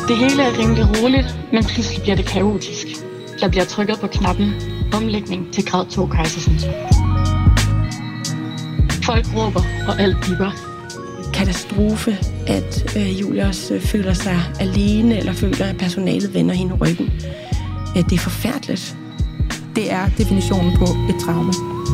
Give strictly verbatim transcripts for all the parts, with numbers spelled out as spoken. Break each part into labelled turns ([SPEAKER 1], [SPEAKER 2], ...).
[SPEAKER 1] Det hele er rimelig roligt, men pludselig bliver det kaotisk. Der bliver trykket på knappen. Omlægning til grad to kejsersnit. Folk råber, og alt biber.
[SPEAKER 2] Katastrofe, at øh, Julie også øh, føler sig alene, eller føler, at personalet vender hende ryggen. Øh, det er forfærdeligt.
[SPEAKER 3] Det er definitionen på et traume.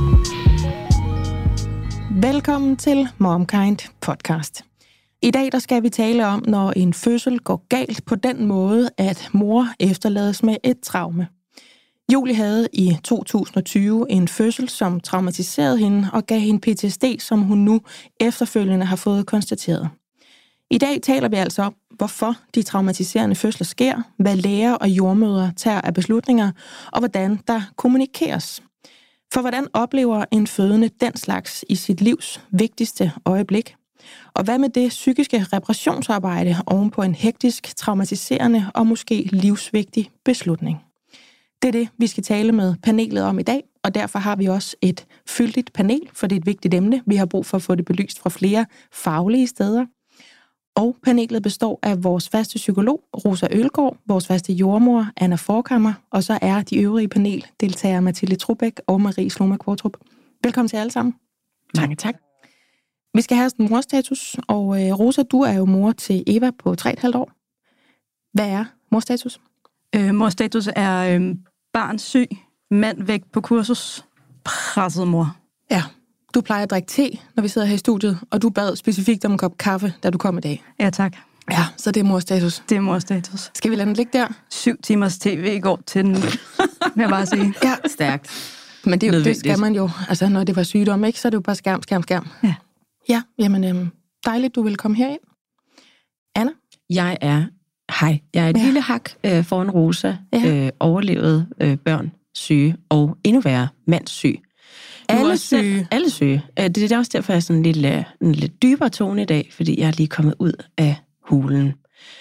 [SPEAKER 3] Velkommen til MomKind podcast. I dag der skal vi tale om, når en fødsel går galt på den måde, at mor efterlades med et traume. Julie havde i to tusind og tyve en fødsel, som traumatiserede hende og gav hende P T S D, som hun nu efterfølgende har fået konstateret. I dag taler vi altså om, hvorfor de traumatiserende fødsler sker, hvad læger og jordmødre tager af beslutninger, og hvordan der kommunikeres. For hvordan oplever en fødende den slags i sit livs vigtigste øjeblik? Og hvad med det psykiske reparationsarbejde oven på en hektisk, traumatiserende og måske livsvigtig beslutning? Det er det, vi skal tale med panelet om i dag, og derfor har vi også et fyldigt panel, for det er et vigtigt emne. Vi har brug for at få det belyst fra flere faglige steder. Og panelet består af vores faste psykolog, Rosa Ølgaard, vores faste jordmor, Anna Forkammer, og så er de øvrige paneldeltagere Mathilde Trubæk og Marie Sloma Kvartrup. Velkommen til alle sammen.
[SPEAKER 2] Mange tak.
[SPEAKER 3] Vi skal have sådan en morstatus, og øh, Rosa, du er jo mor til Eva på tre komma fem år. Hvad er morstatus?
[SPEAKER 4] Øh, morstatus er øh, barn syg, mand væk på kursus, presset mor.
[SPEAKER 3] Ja, du plejer at drikke te, når vi sidder her i studiet, og du bad specifikt om en kop kaffe, da du kom i dag.
[SPEAKER 4] Ja, tak.
[SPEAKER 3] Ja, så det er morstatus.
[SPEAKER 4] Det er morstatus.
[SPEAKER 3] Skal vi lade den ligge der?
[SPEAKER 4] Syv timers tv i går til den, vil jeg bare sige.
[SPEAKER 3] Ja,
[SPEAKER 5] Stærkt.
[SPEAKER 3] men det, er jo, det skal man jo. Altså, når det var sygdom, ikke, så er det jo bare skærm, skærm, skærm.
[SPEAKER 4] Ja.
[SPEAKER 3] Ja, jamen øhm, dejligt, du vil komme herind. Anna?
[SPEAKER 2] Jeg er, hej, jeg er et
[SPEAKER 3] Ja.
[SPEAKER 2] ja. lille hak øh, foran Rosa,
[SPEAKER 3] Ja.
[SPEAKER 2] øh, overlevet øh, børn syge, og endnu værre, mandssyg. Nu
[SPEAKER 3] Alle
[SPEAKER 2] også selv-
[SPEAKER 3] syge?
[SPEAKER 2] Alle syge. Øh, det er også derfor, jeg er sådan en lidt, øh, en lidt dybere tone i dag, fordi jeg er lige kommet ud af hulen.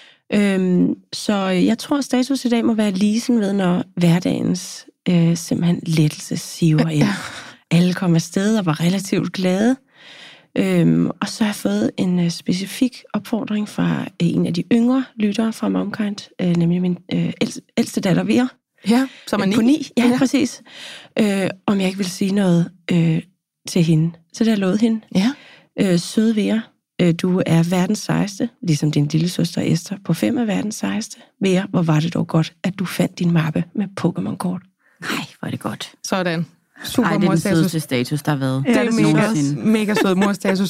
[SPEAKER 2] Øhm, så jeg tror, status i dag må være lige ved, når hverdagens øh, simpelthen lettelse siver ind. Alle kom afsted og var relativt glade. Øhm, og så har jeg fået en øh, specifik opfordring fra øh, en af de yngre lyttere fra MomKind, øh, nemlig min øh, ældste, ældste datter Vera.
[SPEAKER 3] Ja, som er ni.
[SPEAKER 2] På ni, ja,
[SPEAKER 3] Ja.
[SPEAKER 2] ja. præcis. Øh, om jeg ikke vil sige noget øh, til hende. Så det har jeg lovet hende.
[SPEAKER 3] Ja.
[SPEAKER 2] Øh, søde Vera, øh, du er verdens sejeste, ligesom din lille søster Esther, på fem af verdens sejeste. Vera, hvor var det dog godt, at du fandt din mappe med Pokémon-kort.
[SPEAKER 5] Nej, hvor er det godt.
[SPEAKER 3] Sådan. Super
[SPEAKER 5] Ej, det er den
[SPEAKER 3] morstatus.
[SPEAKER 5] sødeste status, der har været.
[SPEAKER 3] Det er
[SPEAKER 4] det
[SPEAKER 3] mega,
[SPEAKER 5] synes jeg.
[SPEAKER 3] mega sød morstatus.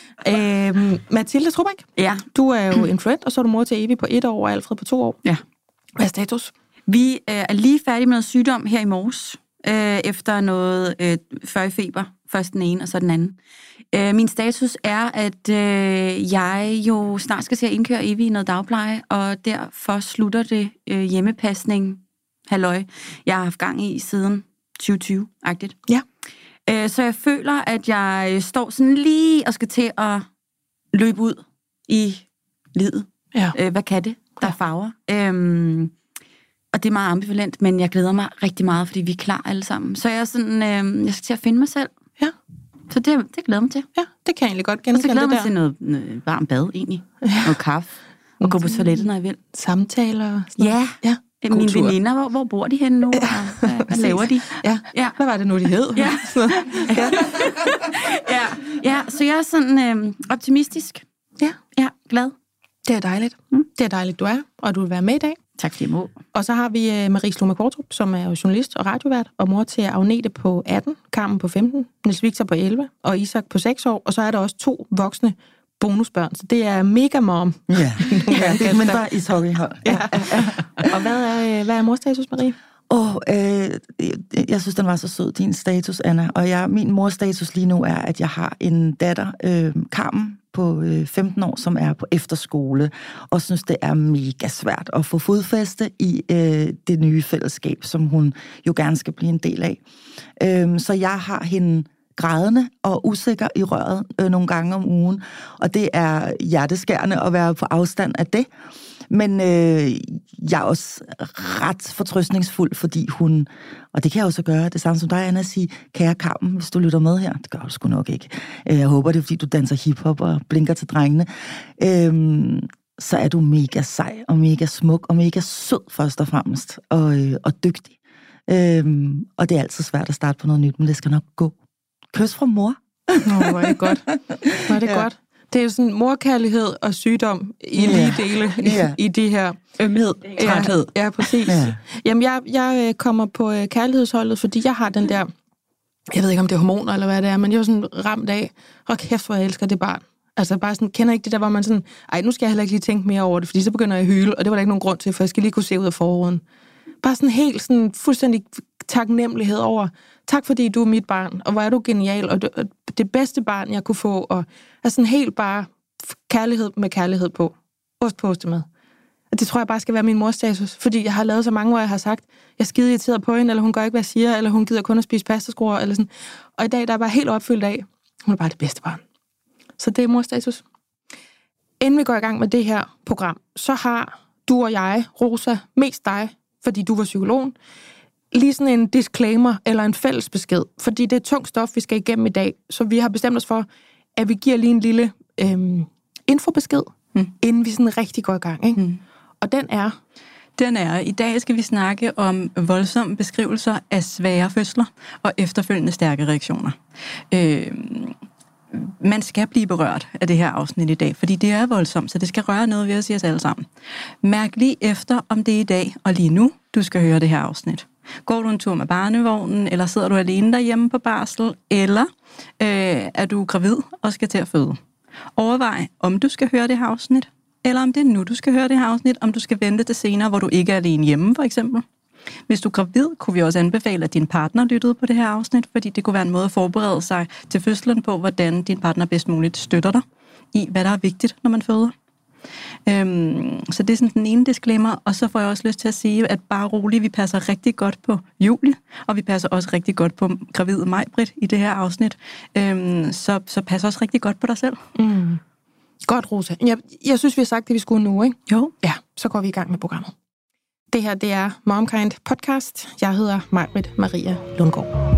[SPEAKER 3] øhm, Mathilde Trubæk,
[SPEAKER 5] Ja,
[SPEAKER 3] du er jo en friend, og så er du mor til Evi på et år og Alfred på to år.
[SPEAKER 5] Ja.
[SPEAKER 3] Hvad er status?
[SPEAKER 5] vi øh, er lige færdige med noget sygdom her i morges, øh, efter noget øh, fyrre feber. Først den ene, og så den anden. Øh, min status er, at øh, jeg jo snart skal til at indkøre Evi i noget dagpleje, og derfor slutter det øh, hjemmepasning, halløj, jeg har haft gang i siden tyve tyve-agtigt.
[SPEAKER 3] Ja.
[SPEAKER 5] Øh, så jeg føler, at jeg står sådan lige og skal til at løbe ud i livet.
[SPEAKER 3] Ja.
[SPEAKER 5] Øh, hvad kan det, der er farver? Øhm, og det er meget ambivalent, men jeg glæder mig rigtig meget, fordi vi er klar alle sammen. Så jeg er sådan, øh, jeg skal til at finde mig selv.
[SPEAKER 3] Ja.
[SPEAKER 5] Så det, det glæder jeg mig til.
[SPEAKER 3] Ja, det kan jeg egentlig godt
[SPEAKER 5] Og så
[SPEAKER 3] genkende
[SPEAKER 5] glæder jeg
[SPEAKER 3] det
[SPEAKER 5] mig
[SPEAKER 3] der.
[SPEAKER 5] til noget, noget varmt bad, egentlig. Ja. Noget kaffe. Og gå på toilettet, når jeg vil.
[SPEAKER 3] Samtaler og sådan noget.
[SPEAKER 5] Ja.
[SPEAKER 3] Ja.
[SPEAKER 5] Mine
[SPEAKER 3] God tur.
[SPEAKER 5] veninder, hvor, hvor bor de henne nu? Og hvad, hvad laver de?
[SPEAKER 3] Ja.
[SPEAKER 5] Ja.
[SPEAKER 3] Hvad var det nu, de hed?
[SPEAKER 5] Ja.
[SPEAKER 3] Sådan noget. Ja.
[SPEAKER 5] Ja, ja, så jeg er sådan øh, optimistisk.
[SPEAKER 3] Ja.
[SPEAKER 5] Ja, glad.
[SPEAKER 3] Det er dejligt.
[SPEAKER 5] Mm.
[SPEAKER 3] Det er dejligt, du er, og du vil være med i dag.
[SPEAKER 5] Tak fordi jeg må.
[SPEAKER 3] Og så har vi uh, Marie Sloma Kvartrup, som er jo journalist og radiovært, og mor til Agnete på atten, Carmen på femten, Niels Victor på elleve, og Isak på seks år, og så er der også to voksne bonusbørn, så det er mega mom.
[SPEAKER 6] Ja, ja det er mindre ishockeyhold.
[SPEAKER 3] Ja. Og hvad er, hvad er morstatus, Marie?
[SPEAKER 6] Åh, oh, øh, jeg synes, den var så sød, din status, Anna. Og jeg, min mors status lige nu er, at jeg har en datter, øh, Carmen, på øh, femten år, som er på efterskole, og synes, det er mega svært at få fodfæste i øh, det nye fællesskab, som hun jo gerne skal blive en del af. Øh, så jeg har hende grædende og usikker i røret øh, nogle gange om ugen, og det er hjerteskærende at være på afstand af det. Men øh, jeg er også ret fortrøstningsfuld, fordi hun, og det kan jeg også gøre, det samme som dig, Anna, at sige, kære Carmen, hvis du lytter med her, det gør du sgu nok ikke. Jeg håber, det er, fordi du danser hiphop og blinker til drengene. Øh, så er du mega sej, og mega smuk, og mega sød først og fremmest, og, øh, og dygtig. Øhm, og det er altid svært at starte på noget nyt, men det skal nok gå. Kys fra mor.
[SPEAKER 3] Nå, hvor er det godt. Hvor er det ja. godt. Det er jo sådan morkærlighed og sygdom i ja. lige dele i, ja. i de her...
[SPEAKER 2] Ømhed, træthed.
[SPEAKER 3] Ja, ja, præcis. Ja. Jamen, jeg, jeg kommer på kærlighedsholdet, fordi jeg har den der... Jeg ved ikke, om det er hormoner eller hvad det er, men jeg er sådan ramt af, og kæft, hvor jeg elsker det barn. Altså bare sådan, kender ikke det der, hvor man sådan... Ej, nu skal jeg heller ikke lige tænke mere over det, fordi så begynder jeg at hyle, og det var der ikke nogen grund til, for jeg skal lige kunne se ud af forruden. Bare sådan helt sådan fuldstændig taknemmelighed over, tak fordi du er mit barn, og hvor er du genial, og det bedste barn, jeg kunne få, og altså sådan helt bare kærlighed med kærlighed på. Ost på ostemad. Og det tror jeg bare skal være min mors status, fordi jeg har lavet så mange, hvor jeg har sagt, jeg er skide irriteret på hende, eller hun gør ikke, hvad jeg siger, eller hun gider kun at spise pastaskruer, eller sådan. Og i dag, der er bare helt opfyldt af, hun er bare det bedste barn. Så det er mors status. Inden vi går i gang med det her program, så har du og jeg, Rosa, mest dig, fordi du var psykologen, lige sådan en disclaimer eller en fælles besked, fordi det er tungt stof, vi skal igennem i dag, så vi har bestemt os for, at vi giver lige en lille øhm, infobesked, mm. inden vi sådan rigtig går i gang. Ikke? Mm. Og den er...
[SPEAKER 4] Den er, i dag skal vi snakke om voldsomme beskrivelser af svære fødsler og efterfølgende stærke reaktioner. Øh, man skal blive berørt af det her afsnit i dag, fordi det er voldsomt, så det skal røre noget ved os i os alle sammen. Mærk lige efter, om det er i dag og lige nu, du skal høre det her afsnit. Går du en tur med barnevognen, eller sidder du alene derhjemme på barsel, eller øh, er du gravid og skal til at føde? Overvej, om du skal høre det her afsnit, eller om det er nu, du skal høre det her afsnit, om du skal vente til senere, hvor du ikke er alene hjemme, for eksempel. Hvis du er gravid, kunne vi også anbefale, at din partner lyttede på det her afsnit, fordi det kunne være en måde at forberede sig til fødslen på, hvordan din partner bedst muligt støtter dig i, hvad der er vigtigt, når man føder. Øhm, så det er sådan den ene disclaimer, og så får jeg også lyst til at sige, at bare roligt, vi passer rigtig godt på Julie, og vi passer også rigtig godt på gravide Maj-Britt i det her afsnit. Øhm, så, så pas også rigtig godt på dig selv.
[SPEAKER 3] Mm. Godt, Rosa. Jeg, jeg synes, vi har sagt det, vi skulle nu, ikke?
[SPEAKER 4] Jo.
[SPEAKER 3] Ja, så går vi i gang med programmet. Det her, det er MomKind podcast. Jeg hedder Maj-Britt Maria Lundgaard.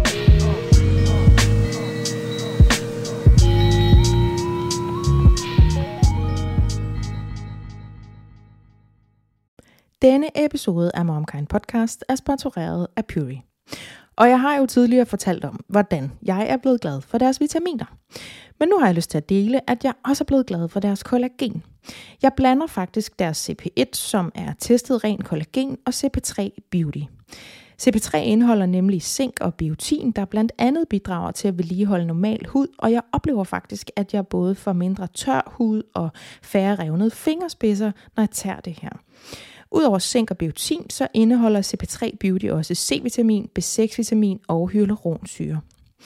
[SPEAKER 3] Denne episode af MomKind podcast er sponsoreret af Pury. Og jeg har jo tidligere fortalt om, hvordan jeg er blevet glad for deres vitaminer. Men nu har jeg lyst til at dele, at jeg også er blevet glad for deres kollagen. Jeg blander faktisk deres C P et, som er testet ren kollagen, og C P tre Beauty. C P tre indeholder nemlig zink og biotin, der blandt andet bidrager til at vedligeholde normal hud, og jeg oplever faktisk, at jeg både får mindre tør hud og færre revnede fingerspidser, når jeg tager det her. Udover zink og biotin, så indeholder C P tre Beauty også C-vitamin, B seks vitamin og hyaluronsyre.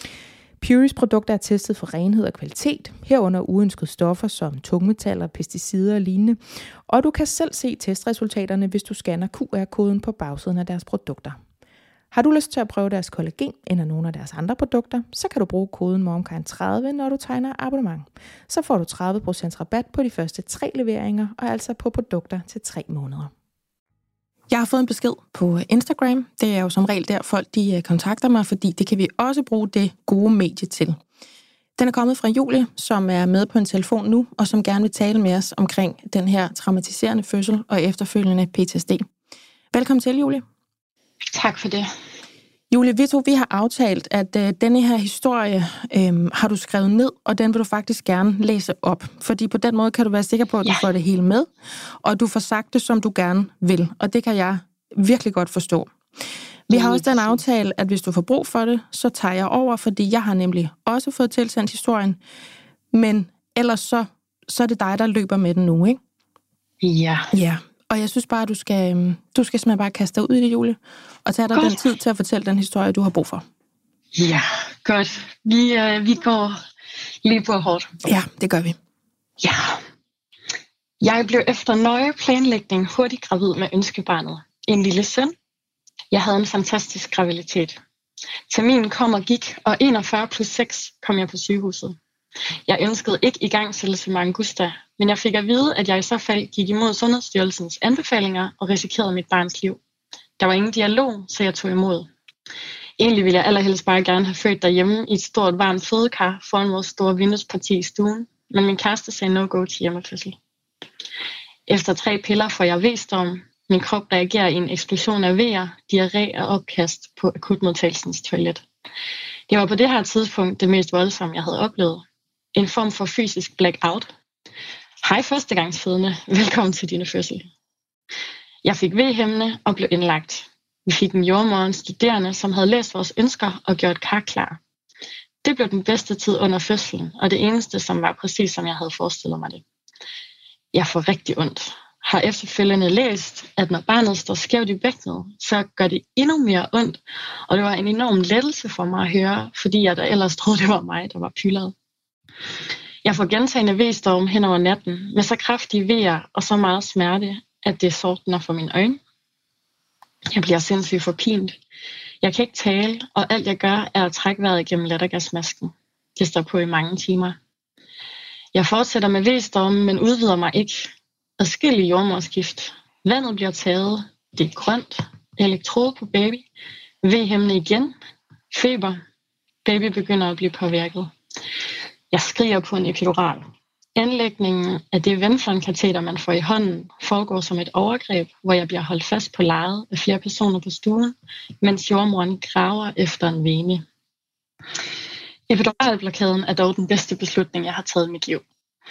[SPEAKER 3] Purys produkter er testet for renhed og kvalitet, herunder uønskede stoffer som tungmetaller, pesticider og lignende, og du kan selv se testresultaterne, hvis du scanner Q R-koden på bagsiden af deres produkter. Har du lyst til at prøve deres kollagen eller nogle af deres andre produkter, så kan du bruge koden momkind tredive, når du tegner abonnement. Så får du tredive procent rabat på de første tre leveringer, og altså på produkter til tre måneder. Jeg har fået en besked på Instagram. Det er jo som regel der, folk de kontakter mig, fordi det kan vi også bruge det gode medie til. Den er kommet fra Julie, som er med på en telefon nu, og som gerne vil tale med os omkring den her traumatiserende fødsel og efterfølgende P T S D. Velkommen til, Julie.
[SPEAKER 1] Tak for det.
[SPEAKER 3] Julie, vi to vi har aftalt, at øh, denne her historie øh, har du skrevet ned, og den vil du faktisk gerne læse op. Fordi på den måde kan du være sikker på, at du ja. får det hele med, og du får sagt det, som du gerne vil. Og det kan jeg virkelig godt forstå. Vi har også den aftale, at hvis du får brug for det, så tager jeg over, fordi jeg har nemlig også fået tilsendt historien. Men ellers så, så er det dig, der løber med den nu, ikke?
[SPEAKER 1] Ja.
[SPEAKER 3] Ja. Og jeg synes bare, at du skal, du skal simpelthen bare kaste dig ud i det, Julie, og tage dig godt. den tid til at fortælle den historie, du har brug for.
[SPEAKER 1] Ja, godt. Vi, øh, vi går lige på hårdt.
[SPEAKER 3] Ja, det gør vi.
[SPEAKER 1] Ja. Jeg blev efter nøje planlægning hurtigt gravid med ønskebarnet. En lille søn. Jeg havde en fantastisk graviditet. Terminen kom og gik, og enogfyrre plus seks kom jeg på sygehuset. Jeg ønskede ikke igangsættelse med Angusta, men jeg fik at vide, at jeg i så fald gik imod Sundhedsstyrelsens anbefalinger og risikerede mit barns liv. Der var ingen dialog, så jeg tog imod. Egentlig ville jeg allerhelst bare gerne have født derhjemme i et stort varmt fødekar foran vores store vinduesparti i stuen, men min kæreste sagde no-go til hjemmefødsel. Efter tre piller får jeg V-storm. Min krop reagerer i en eksplosion af vejer, diarré og opkast på akutmodtagelsens toilet. Det var på det her tidspunkt det mest voldsomme, jeg havde oplevet. En form for fysisk blackout. Hej førstegangsfødende, velkommen til dine fødsel. Jeg fik V-hæmmende og blev indlagt. Vi fik en jordmor og en studerende, som havde læst vores ønsker og gjort kar klar. Det blev den bedste tid under fødslen, og det eneste, som var præcis som jeg havde forestillet mig det. Jeg får rigtig ondt. Har efterfølgende læst, at når barnet står skævt i bækkenet, så gør det endnu mere ondt, og det var en enorm lettelse for mig at høre, fordi jeg da ellers troede, det var mig, der var pyldret. Jeg får gentagne V-storm hen over natten, med så kraftige vejer og så meget smerte, at det sortner for mine øjne. Jeg bliver sindssygt forpint. Jeg kan ikke tale, og alt jeg gør, er at trække vejret gennem lattergasmasken. Det står på i mange timer. Jeg fortsætter med V-stormen, men udvider mig ikke. Adskillige jordmorskift. Vandet bliver taget. Det er grønt. Elektrode på baby. V-hæmmende igen. Feber. Baby begynder at blive påvirket. Jeg skriger på en epidural. Anlægningen af det venflon-kateter, man får i hånden, foregår som et overgreb, hvor jeg bliver holdt fast på lejet af flere personer på stuen, mens jordmoren graver efter en vene. Epiduralblokaden er dog den bedste beslutning, jeg har taget i mit liv.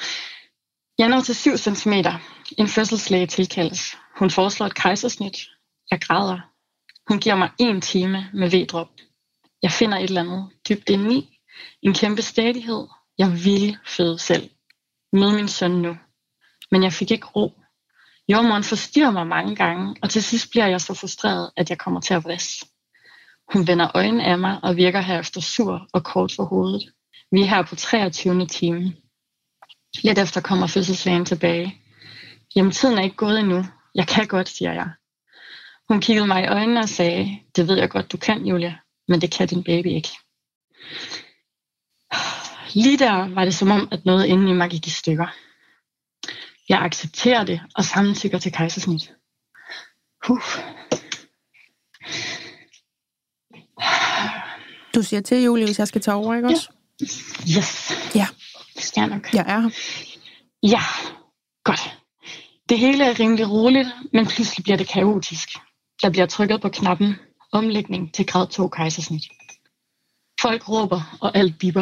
[SPEAKER 1] Jeg når til syv centimeter. En fødselslæge tilkaldes. Hun foreslår et kejsersnit. Jeg græder. Hun giver mig en time med V-drop. Jeg finder et eller andet dybt indeni. En kæmpe stædighed. Jeg vil føde selv. Mød min søn nu. Men jeg fik ikke ro. Jordmoren forstyrrer mig mange gange, og til sidst bliver jeg så frustreret, at jeg kommer til at vrisse. Hun vender øjnene af mig og virker herefter sur og kort for hovedet. Vi er her på treogtyvende time. Lidt efter kommer fødselslægen tilbage. Jamen, tiden er ikke gået endnu. Jeg kan godt, siger jeg. Hun kiggede mig i øjnene og sagde, det ved jeg godt, du kan, Julia, men det kan din baby ikke. Lige der var det som om, at noget inde i mig gik i stykker. Jeg accepterer det og samtykker til kejsersnit. Huh.
[SPEAKER 3] Du siger til, Julie, hvis jeg skal tage over, ikke også?
[SPEAKER 1] Ja. Yes.
[SPEAKER 3] Ja.
[SPEAKER 1] Det skal jeg nok.
[SPEAKER 3] Jeg er her.
[SPEAKER 1] Ja, godt. Det hele er rimelig roligt, men pludselig bliver det kaotisk. Der bliver trykket på knappen. Omlægning til grad to kejsersnit. Folk råber, og alt bipper.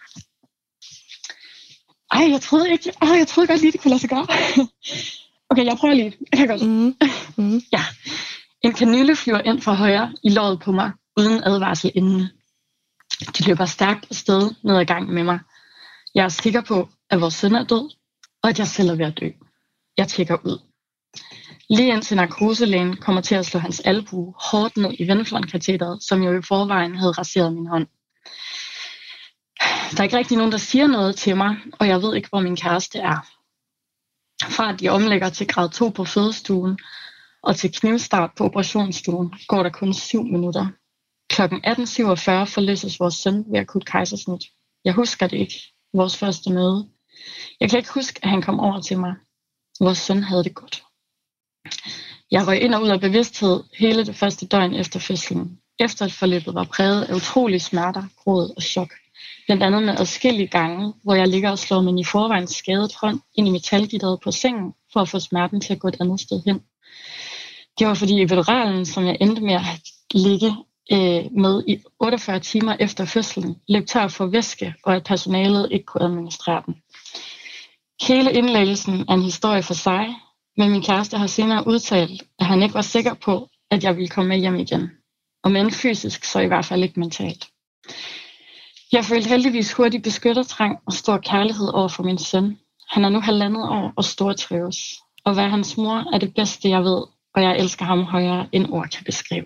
[SPEAKER 1] Ej, jeg troede ikke... Ej, jeg troede godt lige, det kunne lade sig gøre. Okay, jeg prøver lige. Jeg kan godt.
[SPEAKER 3] Mm. Mm.
[SPEAKER 1] Ja. En kanyle flyver ind fra højre i låret på mig, uden advarsel inden. De løber stærkt afsted ned ad gangen med mig. Jeg er sikker på, at vores søn er død, og at jeg selv er ved at dø. Jeg tjekker ud. Lige indtil narkoselægen kommer til at slå hans albue hårdt ned i venflon-katheteret, som jo i forvejen havde raseret min hånd. Der er ikke rigtig nogen, der siger noget til mig, og jeg ved ikke, hvor min kæreste er. Fra at de omlægger til grad to på fødestuen, og til knivstart på operationsstuen, går der kun syv minutter. Klokken atten syvogfyrre forløses vores søn ved akut kejsersnit. Jeg husker det ikke. Vores første møde. Jeg kan ikke huske, at han kom over til mig. Vores søn havde det godt. Jeg røg ind og ud af bevidsthed hele det første døgn efter fødslen. Efter at forløbet var præget af utrolige smerter, gråd og chok. Blandt andet med adskillige gange, hvor jeg ligger og slår min i forvejen skadet hånd ind i metalgitteret på sengen, for at få smerten til at gå et andet sted hen. Det var fordi epiduralen, som jeg endte med at ligge øh, med i otteogfyrre timer efter fødslen, løb tør for væske, og at personalet ikke kunne administrere den. Hele indlæggelsen er en historie for sig, men min kæreste har senere udtalt, at han ikke var sikker på, at jeg ville komme med hjem igen. Og men fysisk, så i hvert fald ikke mentalt. Jeg følte heldigvis hurtigt beskyttertrang og stor kærlighed over for min søn. Han er nu halvandet år og stortrives. Og være hans mor er det bedste, jeg ved, og jeg elsker ham højere, end ord kan beskrive.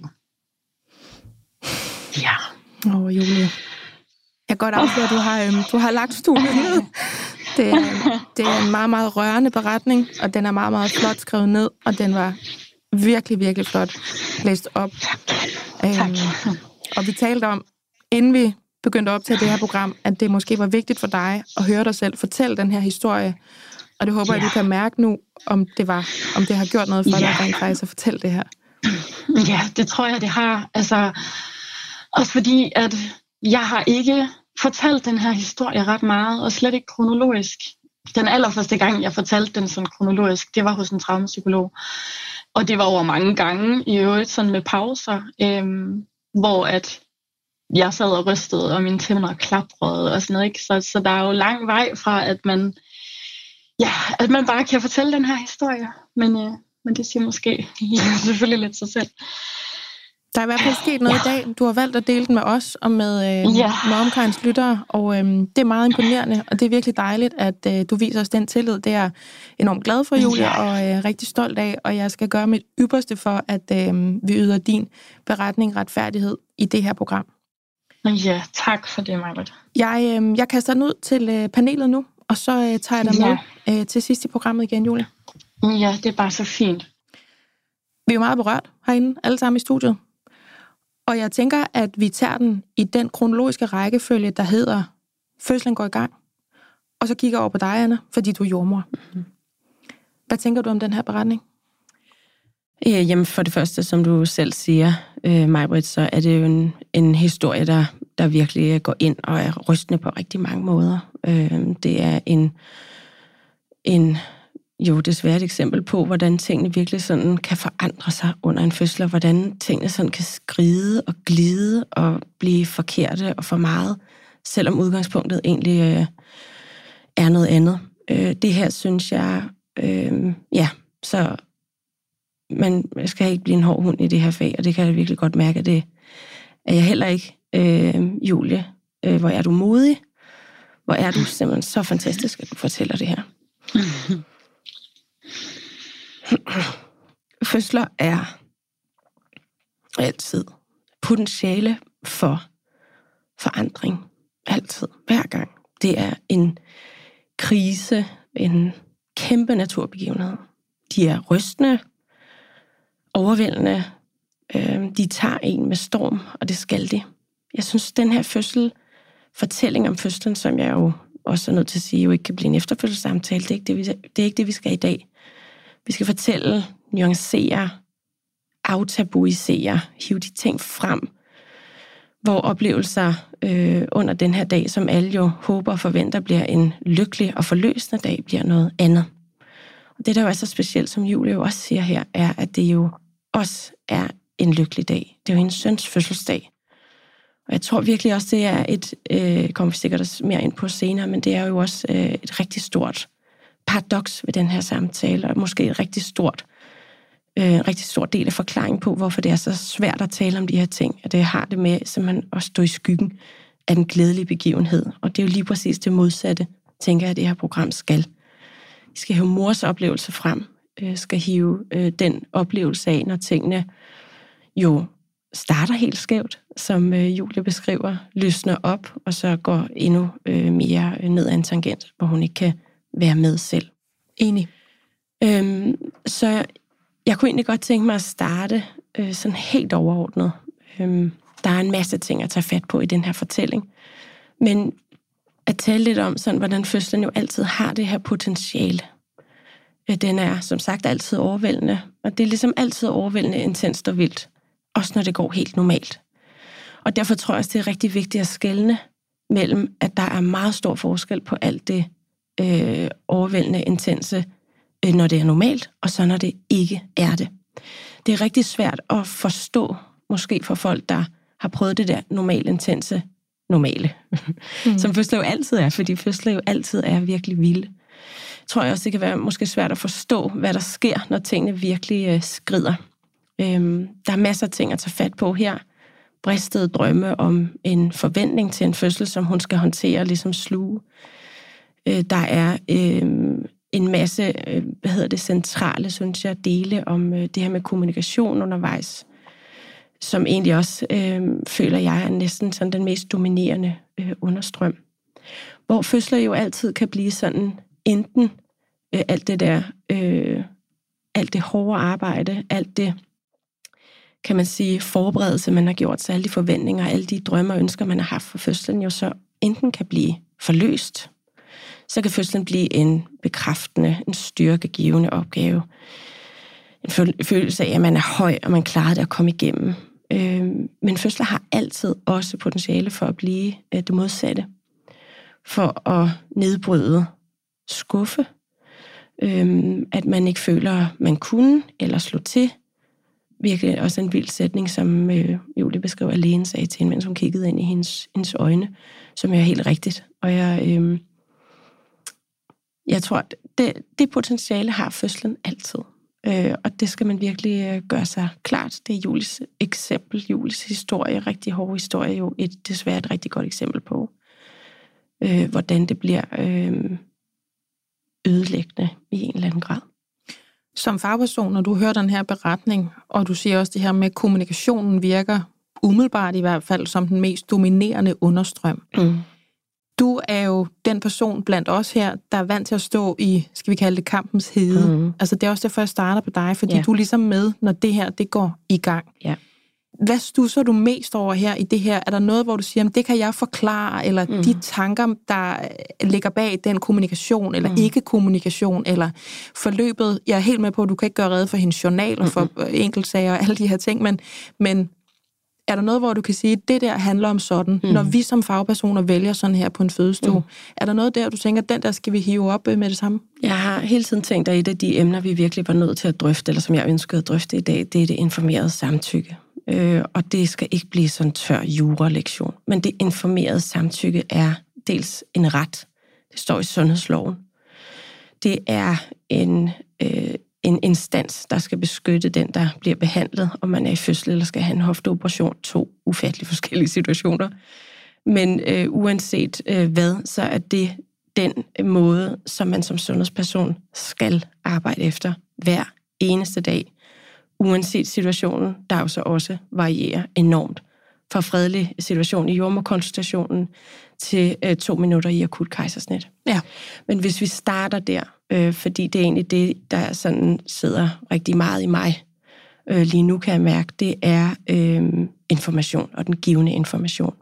[SPEAKER 1] Ja.
[SPEAKER 3] Åh, oh, Julie. Jeg kan godt afsløre, at du har, øhm, du har lagt studiet ned. Det er, det er en meget, meget rørende beretning, og den er meget, meget flot skrevet ned, og den var virkelig, virkelig flot læst op.
[SPEAKER 1] Tak.
[SPEAKER 3] Øhm, og vi talte om, inden vi begyndte at optage det her program, at det måske var vigtigt for dig at høre dig selv fortælle den her historie. Og det håber jeg, ja. Du kan mærke nu, om det var, om det har gjort noget for ja. dig rent faktisk at fortælle det her.
[SPEAKER 1] Ja, det tror jeg, det har. Altså, også fordi, at jeg har ikke fortalt den her historie ret meget, og slet ikke kronologisk. den allerførste gang, jeg fortalte den sådan kronologisk, det var hos en traumapsykolog. Og det var over mange gange, i øvrigt sådan med pauser, øhm, hvor at jeg sad og rystede, og mine tænder klaprede og sådan noget, ikke? Så, så der er jo lang vej fra, at man, ja, at man bare kan fortælle den her historie. Men, øh, men det siger måske selvfølgelig lidt sig selv.
[SPEAKER 3] Der er i hvert fald sket noget ja. i dag. Du har valgt at dele den med os og med, øh, ja. med MomKinds lyttere, og øh, det er meget imponerende, og det er virkelig dejligt, at øh, du viser os den tillid. Det er jeg enormt glad for, Julie, ja. og øh, rigtig stolt af, og jeg skal gøre mit ypperste for, at øh, vi yder din beretning retfærdighed i det her program.
[SPEAKER 1] Ja, tak for det, Maja.
[SPEAKER 3] Jeg, øh, jeg kaster den ud til øh, panelet nu, og så øh, tager jeg dig ja. med øh, til sidst i programmet igen, Julie.
[SPEAKER 1] Ja, det er bare så fint.
[SPEAKER 3] Vi er jo meget berørt herinde, alle sammen i studiet. Og jeg tænker, at vi tager den i den kronologiske rækkefølge, der hedder fødslen går i gang. Og så kigger jeg over på dig, Anna, fordi du er jordmor. Mm-hmm. Hvad tænker du om den her beretning?
[SPEAKER 2] Ja, jamen for det første, som du selv siger, øh, Maj-Britt, så er det jo en, en historie, der, der virkelig går ind og er rystende på rigtig mange måder. Øh, det er en, en jo desværre et eksempel på, hvordan tingene virkelig sådan kan forandre sig under en fødsel, og hvordan tingene sådan kan skride og glide og blive forkerte og for meget, selvom udgangspunktet egentlig øh, er noget andet. Øh, det her synes jeg, øh, ja, så man skal ikke blive en hård hund i det her fag, og det kan jeg virkelig godt mærke, at det er jeg heller ikke. Øh, Julie, øh, hvor er du modig? Hvor er du simpelthen så fantastisk, at du fortæller det her. Fødsler er altid potentiale for forandring. Altid. Hver gang. Det er en krise, en kæmpe naturbegivenhed. De er rystende, overvældende. De tager en med storm, og det skal de. Jeg synes, den her fødsel, fortælling om fødslen, som jeg jo også er nødt til at sige, jo ikke kan blive en efterfødselssamtale, det er ikke det, vi, det er ikke det, vi skal i dag. Vi skal fortælle, nuancere, aftabuisere, hive de ting frem, hvor oplevelser øh, under den her dag, som alle jo håber og forventer, bliver en lykkelig og forløsende dag, bliver noget andet. Og det, der jo er så specielt, som Julie jo også siger her, er, at det jo også er en lykkelig dag. Det er jo hendes søns fødselsdag. Og jeg tror virkelig også, det er et, øh, kommer vi sikkert mere ind på senere, men det er jo også øh, et rigtig stort paradoks ved den her samtale, og måske et rigtig stort, øh, en rigtig stor del af forklaringen på, hvorfor det er så svært at tale om de her ting. At det har det med simpelthen at stå i skyggen af den glædelige begivenhed. Og det er jo lige præcis det modsatte, tænker jeg, at det her program skal. Vi skal hive mors oplevelse frem, øh, skal hive øh, den oplevelse af, når tingene jo starter helt skævt, som øh, Julie beskriver, løsner op, og så går endnu øh, mere ned ad en tangent, hvor hun ikke kan være med selv.
[SPEAKER 3] Enig.
[SPEAKER 2] Øhm, så jeg kunne egentlig godt tænke mig at starte øh, sådan helt overordnet. Øhm, der er en masse ting at tage fat på i den her fortælling. Men at tale lidt om, sådan, hvordan fødslen jo altid har det her potentiale. Øh, den er som sagt altid overvældende, og det er ligesom altid overvældende, intenst og vildt. Også når det går helt normalt. Og derfor tror jeg også, det er rigtig vigtigt at skelne mellem, at der er meget stor forskel på alt det øh, overvældende, intense, øh, når det er normalt, og så når det ikke er det. Det er rigtig svært at forstå, måske for folk, der har prøvet det der normalt intense, normale. Mm. Som fødsler jo altid er, fordi fødsler jo altid er virkelig vilde. Jeg tror også, det kan være måske svært at forstå, hvad der sker, når tingene virkelig øh, skrider. Øhm, der er masser af ting at tage fat på her. Bristede drømme om en forventning til en fødsel, som hun skal håndtere, ligesom sluge. Øh, der er øh, en masse, øh, hvad hedder det, centrale, synes jeg, dele om øh, det her med kommunikation undervejs, som egentlig også, øh, føler jeg, er næsten sådan den mest dominerende øh, understrøm. Hvor fødsler jo altid kan blive sådan, enten øh, alt det der, øh, alt det hårde arbejde, alt det, kan man sige, forberedelse, man har gjort, så alle de forventninger, alle de drømme og ønsker, man har haft for fødslen, jo så enten kan blive forløst, så kan fødslen blive en bekræftende, en styrkegivende opgave. En følelse af, at man er høj, og man klarer det at komme igennem. Men fødsler har altid også potentiale for at blive det modsatte. For at nedbryde skuffe, øhm, at man ikke føler, man kunne eller slå til. Virkelig også en vild sætning, som øh, Julie beskrev, at lægen sagde til hende, mens hun kiggede ind i hendes, hendes øjne, som er helt rigtigt. Og jeg, øh, jeg tror, at det, det potentiale har fødslen altid. Øh, og det skal man virkelig øh, gøre sig klart. Det er Julies eksempel, Julies historie, rigtig hård historie, jo et, desværre et rigtig godt eksempel på, øh, hvordan det bliver øh, ødelæggende i en eller anden grad.
[SPEAKER 3] Som fagperson, når du hører den her beretning, og du siger også det her med, at kommunikationen virker umiddelbart i hvert fald som den mest dominerende understrøm. Mm. Du er jo den person blandt os her, der er vant til at stå i, skal vi kalde det, kampens hede. Mm. Altså det er også derfor, jeg starter på dig, fordi ja. Du er ligesom med, når det her, det går i gang. Ja. Hvad stusser du mest over her i det her? Er der noget, hvor du siger, det kan jeg forklare, eller mm. de tanker, der ligger bag den kommunikation, eller mm. ikke-kommunikation, eller forløbet? Jeg er helt med på, at du kan ikke gøre rede for hendes journal og for mm. enkeltsager og alle de her ting, men, men er der noget, hvor du kan sige, at det der handler om sådan, mm. når vi som fagpersoner vælger sådan her på en fødestue? Mm. Er der noget der, du tænker, den der skal vi hive op med det samme?
[SPEAKER 2] Jeg har hele tiden tænkt, at et af de emner, vi virkelig var nødt til at drøfte, eller som jeg ønskede at drøfte i dag, det er det informerede samtykke. Øh, og det skal ikke blive sådan en tør jura-lektion. Men det informerede samtykke er dels en ret. Det står i sundhedsloven. Det er en, øh, en instans, der skal beskytte den, der bliver behandlet, om man er i fødsel eller skal have en hofteoperation. To ufatteligt forskellige situationer. Men øh, uanset øh, hvad, så er det den måde, som man som sundhedsperson skal arbejde efter hver eneste dag. Uanset situationen, der jo så også varierer enormt. Fra fredelig situation i jordemoderkonsultationen til øh, to minutter i akut kejsersnit. Ja. Men hvis vi starter der, øh, fordi det er egentlig det, der sådan sidder rigtig meget i mig øh, lige nu, kan jeg mærke, det er øh, information og den givende information.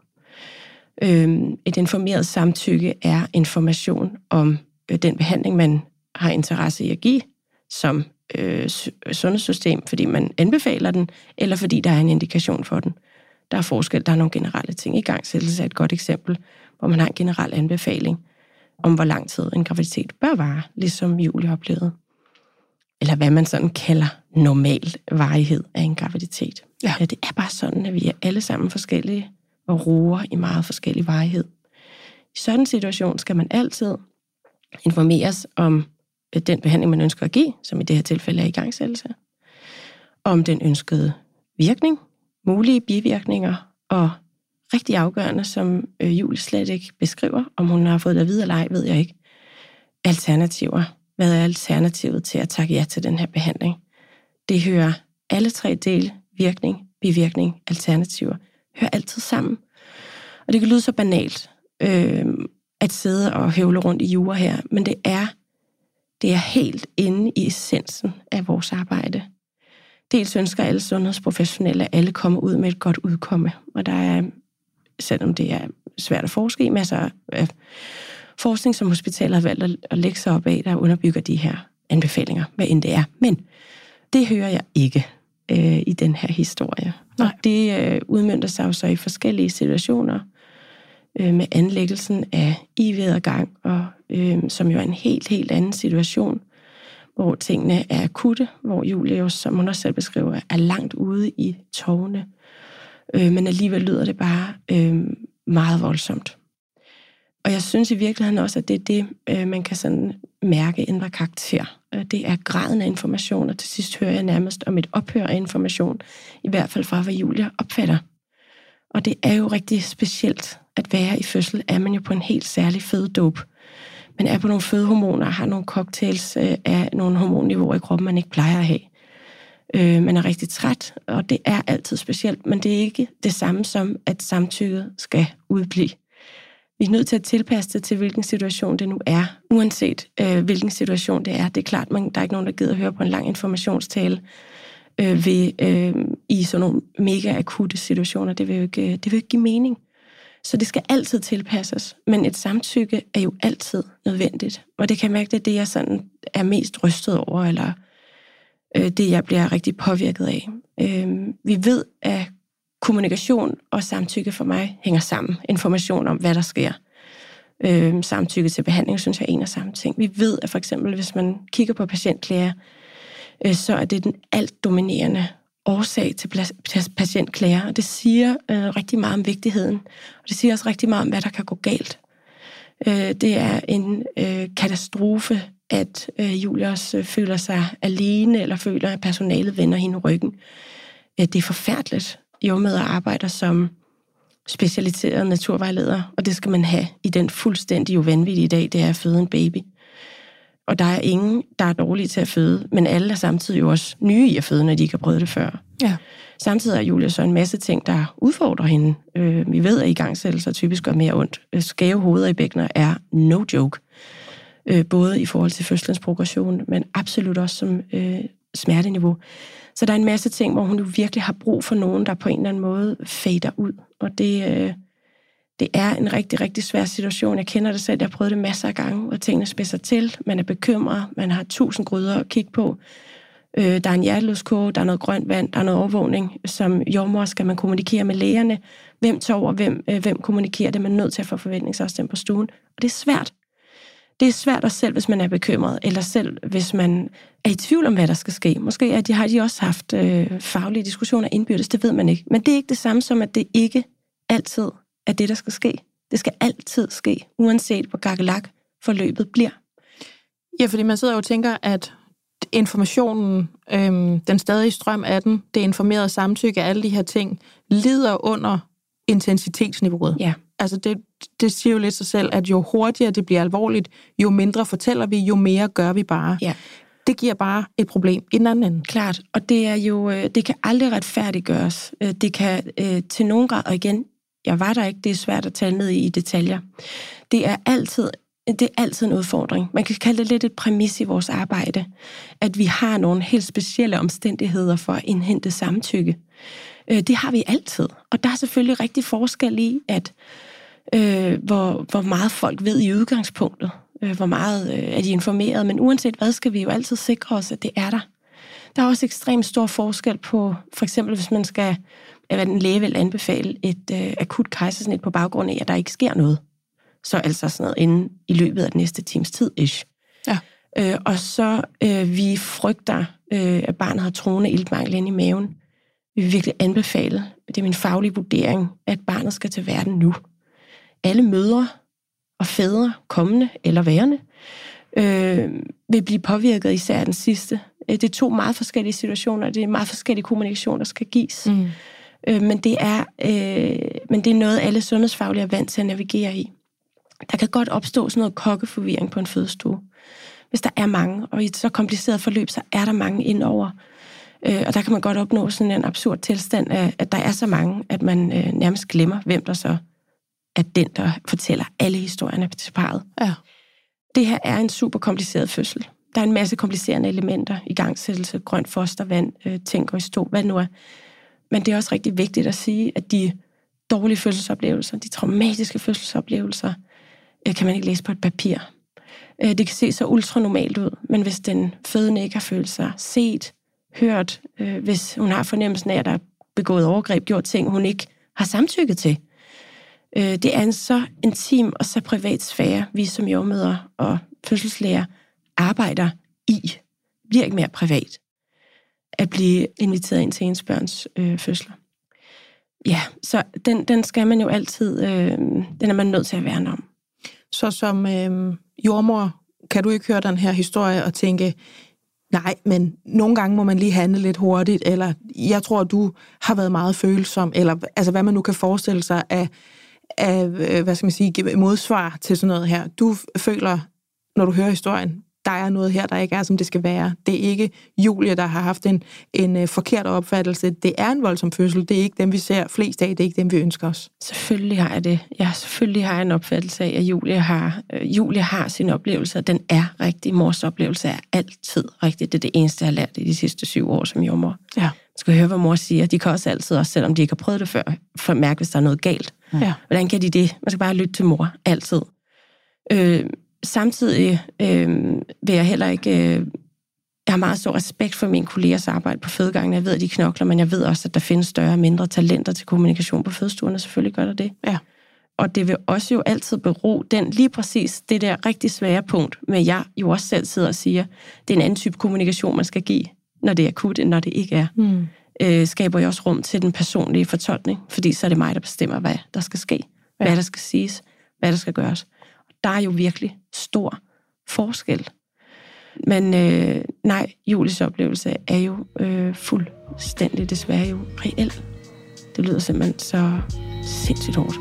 [SPEAKER 2] Øh, et informeret samtykke er information om øh, den behandling, man har interesse i at give, som øh, sundhedssystem, fordi man anbefaler den, eller fordi der er en indikation for den. Der er forskel, der er nogle generelle ting. Igangsættelse er et godt eksempel, hvor man har en generel anbefaling om, hvor lang tid en graviditet bør vare, ligesom Julie oplevede. Eller hvad man sådan kalder normal varighed af en graviditet. Ja. Ja, det er bare sådan, at vi er alle sammen forskellige og roer i meget forskellig varighed. I sådan en situation skal man altid informeres om den behandling, man ønsker at give, som i det her tilfælde er igangsættelse, om den ønskede virkning, mulige bivirkninger, og rigtig afgørende, som øh, Julie slet ikke beskriver, om hun har fået det at vide eller ej, ved jeg ikke. Alternativer. Hvad er alternativet til at takke ja til den her behandling? Det hører alle tre dele, virkning, bivirkning, alternativer, hører altid sammen. Og det kan lyde så banalt, øh, at sidde og høvle rundt i jura her, men det er Det er helt inde i essensen af vores arbejde. Dels ønsker alle sundhedsprofessionelle, at alle kommer ud med et godt udkomme. Og der er, selvom det er svært at forske i, masser af forskning, som hospitaler har valgt at lægge sig op af, der underbygger de her anbefalinger, hvad end det er. Men det hører jeg ikke øh, i den her historie. Nej. Og det øh, udmønter sig jo så i forskellige situationer, med anlæggelsen af I V-adgang, og øh, som jo er en helt, helt anden situation, hvor tingene er akutte, hvor Julie jo, som hun også selv beskriver, er langt ude i tårne, øh, men alligevel lyder det bare øh, meget voldsomt. Og jeg synes i virkeligheden også, at det er det, øh, man kan sådan mærke ændre karakter. Det er graden af information, og til sidst hører jeg nærmest om et ophør af information, i hvert fald fra, hvad Julie opfatter. Og det er jo rigtig specielt at være i fødsel, er man jo på en helt særlig fødedope. Man er på nogle fødehormoner og har nogle cocktails øh, af nogle hormonniveauer i kroppen, man ikke plejer at have. Øh, man er rigtig træt, og det er altid specielt, men det er ikke det samme som, at samtykket skal udblive. Vi er nødt til at tilpasse det til, hvilken situation det nu er, uanset øh, hvilken situation det er. Det er klart, man, der er ikke nogen, der gider at høre på en lang informationstale øh, ved, øh, i sådan nogle mega akutte situationer. Det vil jo ikke, det vil ikke give mening. Så det skal altid tilpasses, men et samtykke er jo altid nødvendigt. Og det kan jeg mærke, det er det, jeg sådan er mest rystet over, eller øh, det, jeg bliver rigtig påvirket af. Øh, vi ved, at kommunikation og samtykke for mig hænger sammen. Information om, hvad der sker. Øh, samtykke til behandling, synes jeg er en og samme ting. Vi ved, at for eksempel, hvis man kigger på patientklager, øh, så er det den alt dominerende årsag til patientklager, og det siger øh, rigtig meget om vigtigheden, og det siger også rigtig meget om, hvad der kan gå galt. Øh, det er en øh, katastrofe, at øh, Julie også øh, føler sig alene, eller føler, at personalet vender hende ryggen. Øh, det er forfærdeligt. Jordemødre arbejder som specialiseret naturvejleder, og det skal man have i den fuldstændig jo vanvittige dag, det er at føde en baby. Og der er ingen, der er dårlige til at føde, men alle er samtidig jo også nye i at føde, når de ikke har prøvet det før. Ja. Samtidig har Julia så en masse ting, der udfordrer hende. Øh, vi ved, at igangsættelser typisk gør mere ondt. Skæve hoveder i bækkener er no joke. Øh, både i forhold til fødselens progression, men absolut også som øh, smerteniveau. Så der er en masse ting, hvor hun jo virkelig har brug for nogen, der på en eller anden måde fader ud. Og det, øh, det er en rigtig, rigtig svær situation. Jeg kender det selv, jeg har prøvet det masser af gange, og tingene spidser til. Man er bekymret, man har tusind gryder at kigge på. Øh, der er en hjertelødskåre, der er noget grønt vand, der er noget overvågning. Som jordmor skal man kommunikere med lægerne. Hvem tager over, hvem, øh, hvem kommunikerer det? Man er nødt til at få forventningsafstemning på stuen. Og det er svært. Det er svært også selv, hvis man er bekymret, eller selv hvis man er i tvivl om, hvad der skal ske. Måske at de har de også haft øh, faglige diskussioner indbyrdes, det ved man ikke. Men det er ikke det samme som, at det ikke altid er det, der skal ske. Det skal altid ske, uanset hvor gakkelak forløbet bliver.
[SPEAKER 3] Ja, fordi man sidder jo og tænker, at informationen, øhm, den stadige strøm af den, det informerede samtykke, alle de her ting, lider under intensitetsniveauet.
[SPEAKER 2] Ja.
[SPEAKER 3] Altså det, det siger jo lidt sig selv, at jo hurtigere det bliver alvorligt, jo mindre fortæller vi, jo mere gør vi bare.
[SPEAKER 2] Ja.
[SPEAKER 3] Det giver bare et problem i den anden ende.
[SPEAKER 2] Klart, og det er jo, det kan aldrig retfærdiggøres. Det kan til nogen grad, og igen, jeg var der ikke, det er svært at tale ned i, i detaljer. Det er altid, det er altid en udfordring. Man kan kalde det lidt et præmis i vores arbejde, at vi har nogle helt specielle omstændigheder for at indhente samtykke. Det har vi altid, og der er selvfølgelig rigtig forskel i, at øh, hvor, hvor meget folk ved i udgangspunktet, øh, hvor meget øh, er de informeret, men uanset hvad, skal vi jo altid sikre os, at det er der. Der er også ekstremt stor forskel på, for eksempel hvis man skal, hvad en læge vil anbefale, et øh, akut kejsersnit på baggrund af, at der ikke sker noget. Så altså sådan noget inden i løbet af den næste times tid, ish.
[SPEAKER 3] Ja.
[SPEAKER 2] Øh, og så øh, vi frygter, øh, at barnet har troende iltmangel inde i maven. Vi vil virkelig anbefale, det er min faglige vurdering, at barnet skal til verden nu. Alle mødre og fædre, kommende eller værende, øh, vil blive påvirket, især den sidste. Det er to meget forskellige situationer, det er meget forskellige kommunikation, der skal gives. Mm. Øh, men, det er, øh, men det er noget, alle sundhedsfaglige er vant til at navigere i. Der kan godt opstå sådan noget kokkeforvirring på en fødestue. Hvis der er mange, og i et så kompliceret forløb, så er der mange indover. Øh, og der kan man godt opnå sådan en absurd tilstand af, at der er så mange, at man øh, nærmest glemmer, hvem der så er den, der fortæller alle historierne til parret.
[SPEAKER 3] Ja.
[SPEAKER 2] Det her er en super kompliceret fødsel. Der er en masse komplicerende elementer, igangsættelse, grønt fostervand, øh, tænk og stå, hvad det nu er. Men det er også rigtig vigtigt at sige, at de dårlige fødselsoplevelser, de traumatiske fødselsoplevelser, øh, kan man ikke læse på et papir. Øh, det kan se så ultranormalt ud, men hvis den fødende ikke har følt sig set, hørt, øh, hvis hun har fornemmelsen af, at der er begået overgreb, gjort ting, hun ikke har samtykket til. Øh, det er en så intim og så privat sfære, vi som jordemødre og fødselslæger arbejder i. Bliver ikke mere privat at blive inviteret ind til ens børns øh, fødsler. Ja, så den, den skal man jo altid, øh, den er man nødt til at værne om.
[SPEAKER 3] Så som øh, jordmor, kan du ikke høre den her historie og tænke, nej, men nogle gange må man lige handle lidt hurtigt, eller jeg tror, du har været meget følsom, eller altså hvad man nu kan forestille sig af, af hvad skal man sige, modsvar til sådan noget her. Du føler, når du hører historien, der er noget her, der ikke er, som det skal være. Det er ikke Julie, der har haft en, en forkert opfattelse. Det er en voldsom fødsel. Det er ikke dem, vi ser flest af. Det er ikke dem, vi ønsker os.
[SPEAKER 2] Selvfølgelig har jeg det. Ja, selvfølgelig har jeg en opfattelse af, at Julie har, øh, Julie har sin oplevelse, og den er rigtig. Mors oplevelse er altid rigtig. Det er det eneste, jeg har lært i de sidste syv år som jordmor.
[SPEAKER 3] Ja.
[SPEAKER 2] Man skal høre, hvad mor siger. De kan også altid, også selvom de ikke har prøvet det før, for at mærke, hvis der er noget galt.
[SPEAKER 3] Ja.
[SPEAKER 2] Hvordan kan de det? Man skal bare lytte til mor. Altid. Øh, Samtidig øh, vil jeg heller ikke... Øh, jeg har meget stor respekt for mine kollegers arbejde på fødegangen. Jeg ved, at de knokler, men jeg ved også, at der findes større og mindre talenter til kommunikation på fødestuerne. Selvfølgelig gør der det.
[SPEAKER 3] Ja.
[SPEAKER 2] og det vil også jo altid bero den lige præcis det der rigtig svære punkt, med jeg jo også selv sidder og siger, det er en anden type kommunikation, man skal give, når det er akut, end når det ikke er. Mm. Øh, skaber jo også rum til den personlige fortolkning, fordi så er det mig, der bestemmer, hvad der skal ske, ja. Hvad der skal siges, hvad der skal gøres. Og der er jo virkelig stor forskel. Men øh, nej, Julies oplevelse er jo øh, fuldstændig desværre jo reelt. Det lyder simpelthen så sindssygt hårdt.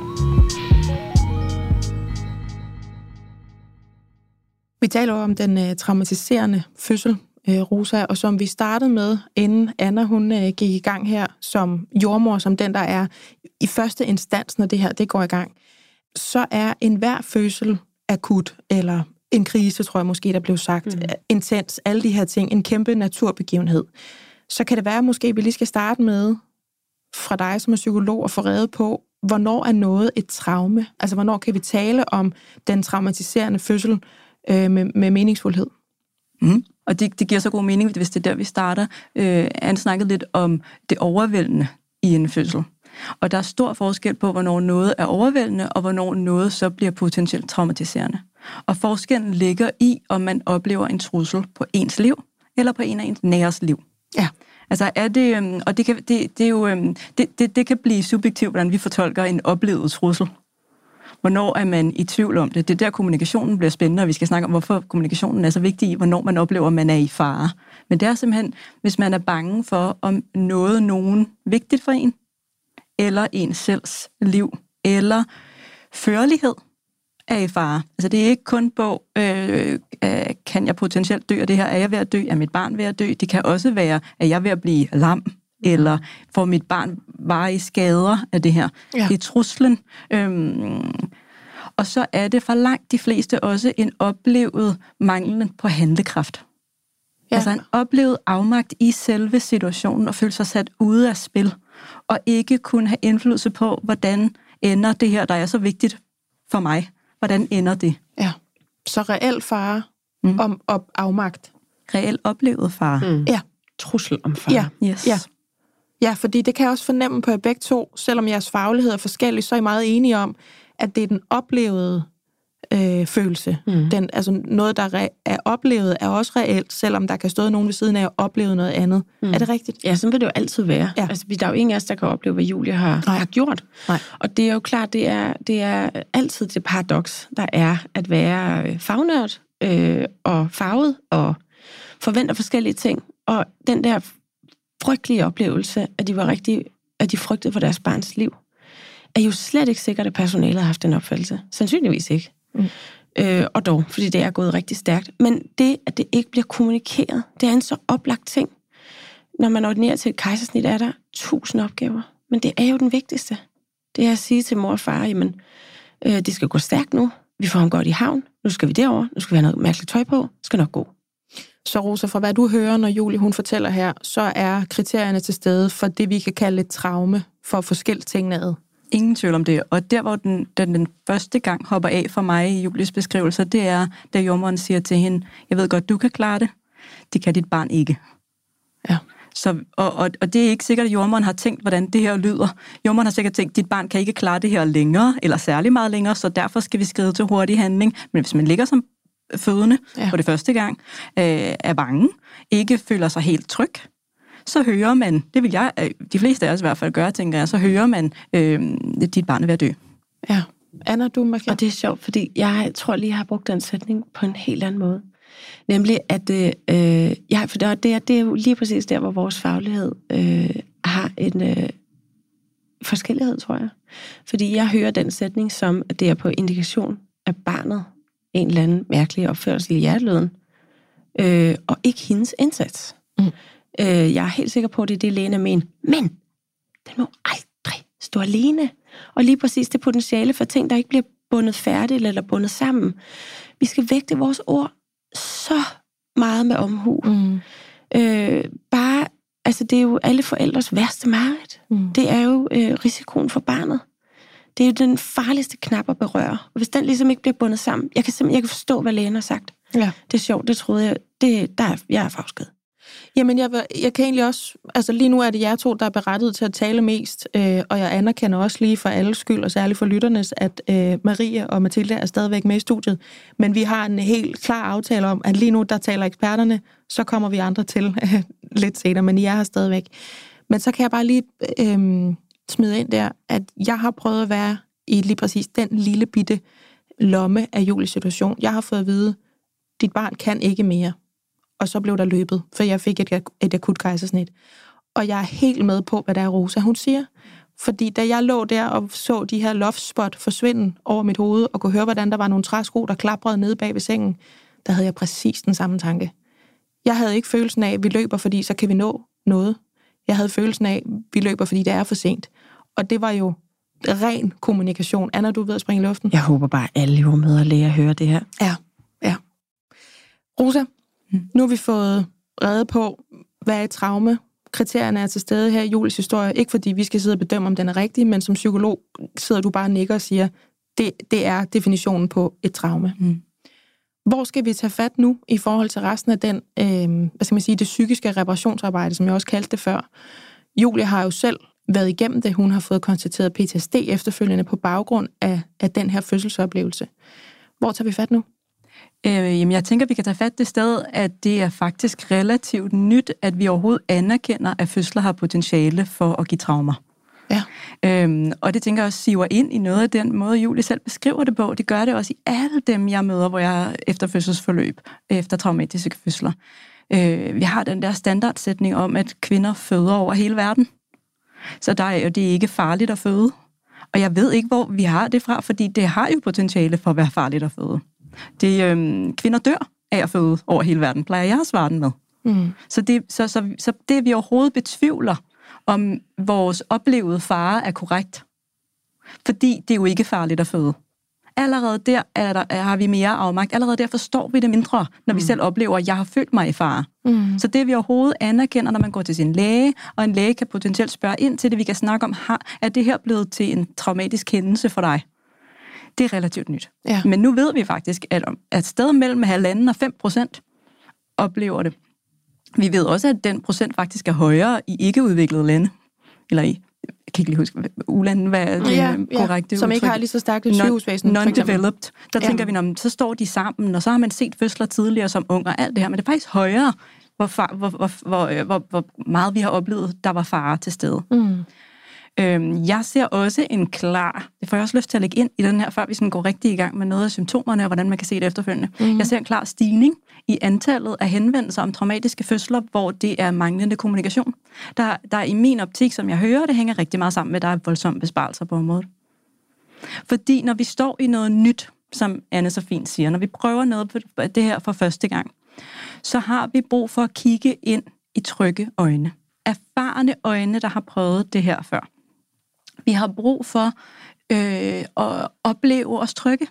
[SPEAKER 3] Vi taler om den øh, traumatiserende fødsel, øh, Rosa, og som vi startede med, inden Anna hun øh, gik i gang her som jordmor, som den, der er i første instans, når det her det går i gang, så er enhver fødsel akut, eller en krise, tror jeg måske, der blev sagt, mm. intens, alle de her ting, en kæmpe naturbegivenhed. Så kan det være, måske, at vi lige skal starte med, fra dig som er psykolog, og få rede på, hvornår er noget et traume? Altså, hvornår kan vi tale om den traumatiserende fødsel øh, med, med meningsfuldhed?
[SPEAKER 4] Mm. Og det, det giver så god mening, hvis det er der, vi starter. Øh, Anne snakkede lidt om det overvældende i en fødsel. Og der er stor forskel på, hvornår noget er overvældende, og hvornår noget så bliver potentielt traumatiserende. Og forskellen ligger i, om man oplever en trussel på ens liv, eller på en af ens næres liv. Ja. Altså er det, og det kan, det, det er jo, det, det, det kan blive subjektivt, hvordan vi fortolker en oplevet trussel. Hvornår er man i tvivl om det? Det er der, kommunikationen bliver spændende, og vi skal snakke om, hvorfor kommunikationen er så vigtig i, hvornår man oplever, at man er i fare. Men det er simpelthen, hvis man er bange for, om noget nogen vigtigt for en, eller ens selvs liv, eller førlighed er i fare. Altså det er ikke kun på, øh, øh, kan jeg potentielt dø af det her? Er jeg ved at dø? Er mit barn ved at dø? Det kan også være, at jeg er ved at blive lam, eller får mit barn varige skader af det her. Ja. Det er truslen. Øhm, og så er det for langt de fleste også en oplevet manglen på handlekraft. Ja. Altså en oplevet afmagt i selve situationen, og føle sig sat ude af spil, og ikke kunne have indflydelse på, hvordan ender det her, der er så vigtigt for mig. Hvordan ender det?
[SPEAKER 3] Ja, så reel fare mm. om, om afmagt.
[SPEAKER 4] Reel oplevet fare.
[SPEAKER 3] Mm. Ja.
[SPEAKER 2] Trussel om fare.
[SPEAKER 3] Ja.
[SPEAKER 4] Yes.
[SPEAKER 3] Ja. Ja, fordi det kan jeg også fornemme på jer begge to, selvom jeres faglighed er forskellig, så er I meget enige om, at det er den oplevede øh, følelse. Mm. Den, altså noget, der re- er oplevet, er også reelt, selvom der kan stå nogen ved siden af og opleve noget andet. Mm. Er det rigtigt?
[SPEAKER 2] Ja, sådan vil det jo altid være. Ja. Altså, der er jo ingen af os, der kan opleve, hvad Julie har, har gjort. Nej. Og det er jo klart, det er, det er altid det paradoks, der er at være fagnørd øh, og farvet og forventer forskellige ting. Og den der frygtelige oplevelse, at de var rigtig, at de frygtede for deres barns liv, er jo slet ikke sikkert, at personalet har haft den opfattelse. Sandsynligvis ikke. Mm. Øh, og dog, fordi det er gået rigtig stærkt. Men det, at det ikke bliver kommunikeret, det er en så oplagt ting. Når man ordinerer til et kejsersnit, er der tusind opgaver. Men det er jo den vigtigste. Det er at sige til mor og far, jamen, øh, det skal gå stærkt nu. Vi får ham godt i havn. Nu skal vi derover. Nu skal vi have noget mærkeligt tøj på. Det skal nok gå.
[SPEAKER 3] Så Rosa, fra hvad du hører, når Julie hun fortæller her, så er kriterierne til stede for det, vi kan kalde et traume, for at få skilt tingene ad.
[SPEAKER 4] Ingen tvivl om det. Og der, hvor den, den, den første gang hopper af for mig i Julies beskrivelser, det er, da jordmoren siger til hende, jeg ved godt, du kan klare det. Det kan dit barn ikke. Ja. Så, og, og, og det er ikke sikkert, at jordmoren har tænkt, hvordan det her lyder. Jordmoren har sikkert tænkt, dit barn kan ikke klare det her længere, eller særlig meget længere, så derfor skal vi skride til hurtig handling. Men hvis man ligger som fødende ja. for det første gang, øh, er bange, ikke føler sig helt tryg, så hører man, det vil jeg, de fleste af os i hvert fald gøre, tænker jeg, så hører man, øh, dit barn er ved at dø.
[SPEAKER 3] Ja. Anna, du markerer.
[SPEAKER 2] Og det er sjovt, fordi jeg tror lige, jeg har brugt den sætning på en helt anden måde. Nemlig, at øh, ja, for det er, det er jo lige præcis der, hvor vores faglighed øh, har en øh, forskellighed, tror jeg. Fordi jeg hører den sætning som, at det er på indikation af barnet en eller anden mærkelig opførsel i hjerteløden, øh, og ikke hendes indsats. Mm. Øh, jeg er helt sikker på, at det er det, lægen er men. Men den må aldrig stå alene. Og lige præcis det potentiale for ting, der ikke bliver bundet færdigt eller bundet sammen. Vi skal vægte vores ord så meget med omhu. Mm. Øh, bare, altså det er jo alle forældres værste mareridt. Mm. Det er jo øh, risikoen for barnet. Det er jo den farligste knap at berøre. Og hvis den ligesom ikke bliver bundet sammen, jeg kan simpelthen jeg kan forstå, hvad lægen har sagt. Ja. Det er sjovt, det troede jeg. Det, der er, jeg er fagskadet.
[SPEAKER 3] Jamen, jeg, jeg kan egentlig også... Altså, lige nu er det jer to, der er berettet til at tale mest, øh, og jeg anerkender også lige for alles skyld, og særligt for lytternes, at øh, Marie og Mathilde er stadigvæk med i studiet. Men vi har en helt klar aftale om, at lige nu, der taler eksperterne, så kommer vi andre til øh, lidt senere, men I er her stadigvæk. Men så kan jeg bare lige øh, smide ind der, at jeg har prøvet at være i lige præcis den lille bitte lomme af Julies situation. Jeg har fået at vide, dit barn kan ikke mere. Og så blev der løbet, for jeg fik et, et akut kejsersnit. Og jeg er helt med på, hvad der er Rosa, hun siger. Fordi da jeg lå der og så de her loftspot forsvinde over mit hoved, og kunne høre, hvordan der var nogle træsko, der klaprede nede bag ved sengen, der havde jeg præcis den samme tanke. Jeg havde ikke følelsen af, at vi løber, fordi så kan vi nå noget. Jeg havde følelsen af, at vi løber, fordi det er for sent. Og det var jo ren kommunikation. Anna, du er ved at springe i luften.
[SPEAKER 2] Jeg håber bare, at alle jordmødre lærer at høre det her.
[SPEAKER 3] Ja, ja. Rosa, nu har vi fået rede på, hvad er et traume. Kriterierne er til stede her i Julies historie. Ikke fordi vi skal sidde og bedømme, om den er rigtig, men som psykolog sidder du bare og nikker og siger, det, det er definitionen på et traume. Mm. Hvor skal vi tage fat nu i forhold til resten af den, øh, hvad skal man sige, det psykiske reparationsarbejde, som jeg også kaldte det før? Julie har jo selv været igennem det. Hun har fået konstateret P T S D efterfølgende på baggrund af, af den her fødselsoplevelse. Hvor tager vi fat nu?
[SPEAKER 4] Øh, jamen, jeg tænker, vi kan tage fat det sted, at det er faktisk relativt nyt, at vi overhovedet anerkender, at fødsler har potentiale for at give traumer.
[SPEAKER 3] Ja.
[SPEAKER 4] Øhm, og det tænker jeg også siver ind i noget af den måde, Julie selv beskriver det på. Det gør det også i alle dem, jeg møder, hvor jeg er efter fødselsforløb, efter traumatiske fødsler. Øh, vi har den der standardsætning om, at kvinder føder over hele verden. Så der er jo, det er ikke farligt at føde. Og jeg ved ikke, hvor vi har det fra, fordi det har jo potentiale for at være farligt at føde. Det, øhm, kvinder dør af at føde over hele verden, plejer jeg at svare den med. Mm. Så, det, så, så, så det, vi overhovedet betvivler, om vores oplevede fare er korrekt. Fordi det er jo ikke farligt at føde. Allerede der er der, er, har vi mere afmagt. Allerede der forstår vi det mindre, når vi mm. selv oplever, at jeg har følt mig i fare. Mm. Så det vi overhovedet anerkender, når man går til sin læge, og en læge kan potentielt spørge ind til det, vi kan snakke om, har, er det her blevet til en traumatisk hændelse for dig? Det er relativt nyt. Ja. Men nu ved vi faktisk, at et sted mellem halvanden og fem procent oplever det. Vi ved også, at den procent faktisk er højere i ikke-udviklede lande. Eller i, jeg kan ikke lige huske, ulande, hvad er det
[SPEAKER 3] ja,
[SPEAKER 4] korrekte
[SPEAKER 3] ja, som
[SPEAKER 4] udtryk?
[SPEAKER 3] ikke har lige så stærkt et sygehusvæsen.
[SPEAKER 4] Non-developed. Der
[SPEAKER 3] ja.
[SPEAKER 4] tænker vi, når så står de sammen, og så har man set fødsler tidligere som ung, og alt det her. Men det er faktisk højere, hvor, far, hvor, hvor, hvor, hvor, hvor meget vi har oplevet, der var fare til stede. Mm. Øhm, jeg ser også en klar, det får jeg også lyst til at lægge ind i den her, før vi sådan går rigtig i gang med noget af symptomerne, og hvordan man kan se det efterfølgende. Mm. Jeg ser en klar stigning i antallet af henvendelser om traumatiske fødsler, hvor det er manglende kommunikation. Der, der er i min optik, som jeg hører, det hænger rigtig meget sammen med, at der er voldsomme besparelser på området. Fordi når vi står i noget nyt, som Anne så fint siger, når vi prøver noget på det her for første gang, så har vi brug for at kigge ind i trygge øjne. Erfarne øjne, der har prøvet det her før. Vi har brug for øh, at opleve os trygge.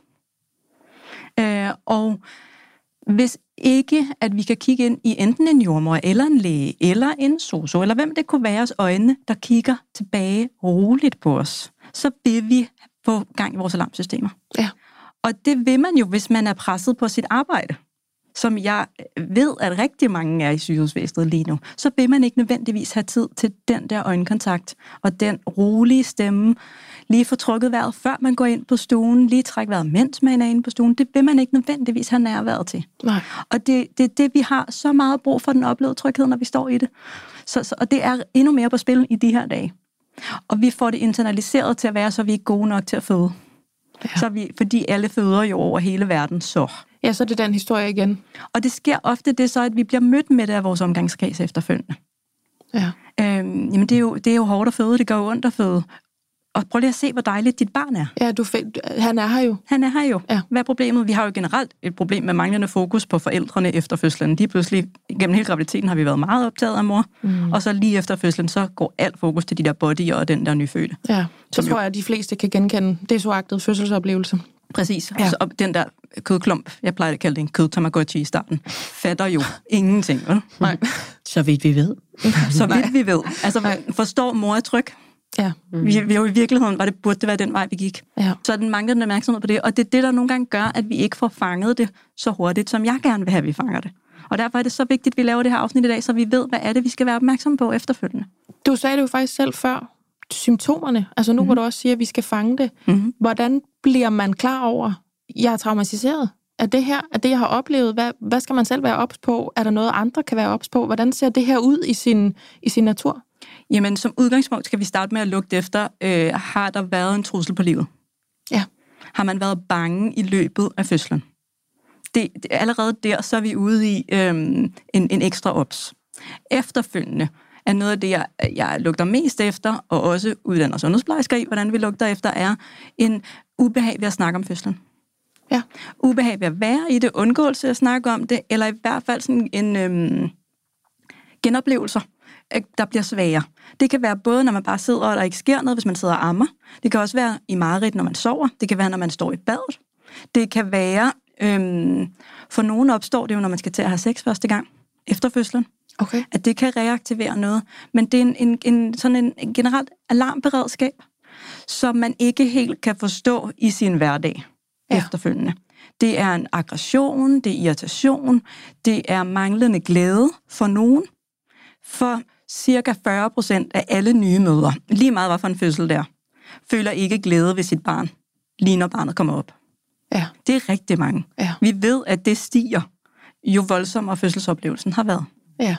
[SPEAKER 4] Øh, og hvis ikke, at vi kan kigge ind i enten en jordmor, eller en læge, eller en sosu, eller hvem det kunne være os øjne, der kigger tilbage roligt på os, så vil vi få gang i vores alarmsystemer. Ja. Og det vil man jo, hvis man er presset på sit arbejde, som jeg ved, at rigtig mange er i sygehusvæsenet lige nu, så vil man ikke nødvendigvis have tid til den der øjenkontakt, og den rolige stemme, lige få trukket vejret, før man går ind på stuen, lige trække vejret, mens man er inde på stuen. Det vil man ikke nødvendigvis have nærværet til. Nej. Og det er det, det, vi har så meget brug for, den oplevede tryghed, når vi står i det. Så, så, og det er endnu mere på spil i de her dage. Og vi får det internaliseret til at være, så vi er gode nok til at føde. Ja. Så vi, fordi alle føder jo over hele verden, så...
[SPEAKER 3] Ja, så er det den historie igen.
[SPEAKER 4] Og det sker ofte det så, at vi bliver mødt med det af vores omgangskreds efterfølgende. Ja. Øhm, jamen, det er, jo, det er jo hårdt at føde, det gør jo ondt at føde. Og prøv lige at se, hvor dejligt dit barn er.
[SPEAKER 3] Ja, du f- han er her jo.
[SPEAKER 4] Han er her jo. Ja. Hvad er problemet? Vi har jo generelt et problem med manglende fokus på forældrene efter fødslen. De pludselig, gennem hele graviditeten har vi været meget optaget af mor. Mm. Og så lige efter fødslen, så går alt fokus til de der bodyer og den der nyfødte.
[SPEAKER 3] Ja, så tror jeg, at de fleste kan genkende desuagtet fødselsoplevelse.
[SPEAKER 4] Præcis. Ja. Og den der kødklump, jeg plejer at kalde det en kød-tamagotchi i starten, fatter jo ingenting, vel?
[SPEAKER 3] Nej.
[SPEAKER 2] Så vidt vi ved.
[SPEAKER 4] Så vidt vi ved. Altså, forstår mor er tryg?
[SPEAKER 3] Ja.
[SPEAKER 4] Mm. Vi, vi jo i virkeligheden, var det, burde det være den vej, vi gik.
[SPEAKER 3] Ja.
[SPEAKER 4] Så den manglende opmærksomhed på det, og det er det, der nogle gange gør, at vi ikke får fanget det så hurtigt, som jeg gerne vil have, at vi fanger det. Og derfor er det så vigtigt, at vi laver det her afsnit i dag, så vi ved, hvad er det, vi skal være opmærksom på efterfølgende.
[SPEAKER 3] Du sagde det jo faktisk selv før, symptomerne. Altså nu, mm-hmm. hvor du også siger, at vi skal fange det. Mm-hmm. Hvordan bliver man klar over, jeg er traumatiseret? Er det her, er det, jeg har oplevet? Hvad, hvad skal man selv være ops på? Er der noget, andre kan være ops på? Hvordan ser det her ud i sin, i sin natur?
[SPEAKER 4] Jamen, som udgangspunkt skal vi starte med at lugte efter, øh, har der været en trussel på livet?
[SPEAKER 3] Ja.
[SPEAKER 4] Har man været bange i løbet af fødslen? Det, det, allerede der, så er vi ude i øh, en, en ekstra ops. Efterfølgende er noget af det, jeg, jeg lugter mest efter, og også uddanner sundhedsplejersker i, hvordan vi lugter efter, er en ubehag ved at snakke om fødslen.
[SPEAKER 3] Ja.
[SPEAKER 4] Ubehag ved at være i det, undgåelse at snakke om det, eller i hvert fald sådan en øhm, genoplevelser, der bliver svære. Det kan være både, når man bare sidder, og der ikke sker noget, hvis man sidder og ammer. Det kan også være i mareridt, når man sover. Det kan være, når man står i badet. Det kan være, øhm, for nogen opstår det jo, når man skal til at have sex første gang efter fødslen.
[SPEAKER 3] Okay.
[SPEAKER 4] At det kan reaktivere noget. Men det er en, en, en, sådan en, en generelt alarmberedskab, som man ikke helt kan forstå i sin hverdag. Ja. Efterfølgende. Det er en aggression, det er irritation, det er manglende glæde for nogen. For cirka fyrre procent af alle nye mødre, lige meget hvad for en fødsel der, føler ikke glæde ved sit barn, lige når barnet kommer op.
[SPEAKER 3] Ja.
[SPEAKER 4] Det er rigtig mange.
[SPEAKER 3] Ja.
[SPEAKER 4] Vi ved, at det stiger, jo voldsommere fødselsoplevelsen har været.
[SPEAKER 3] Ja.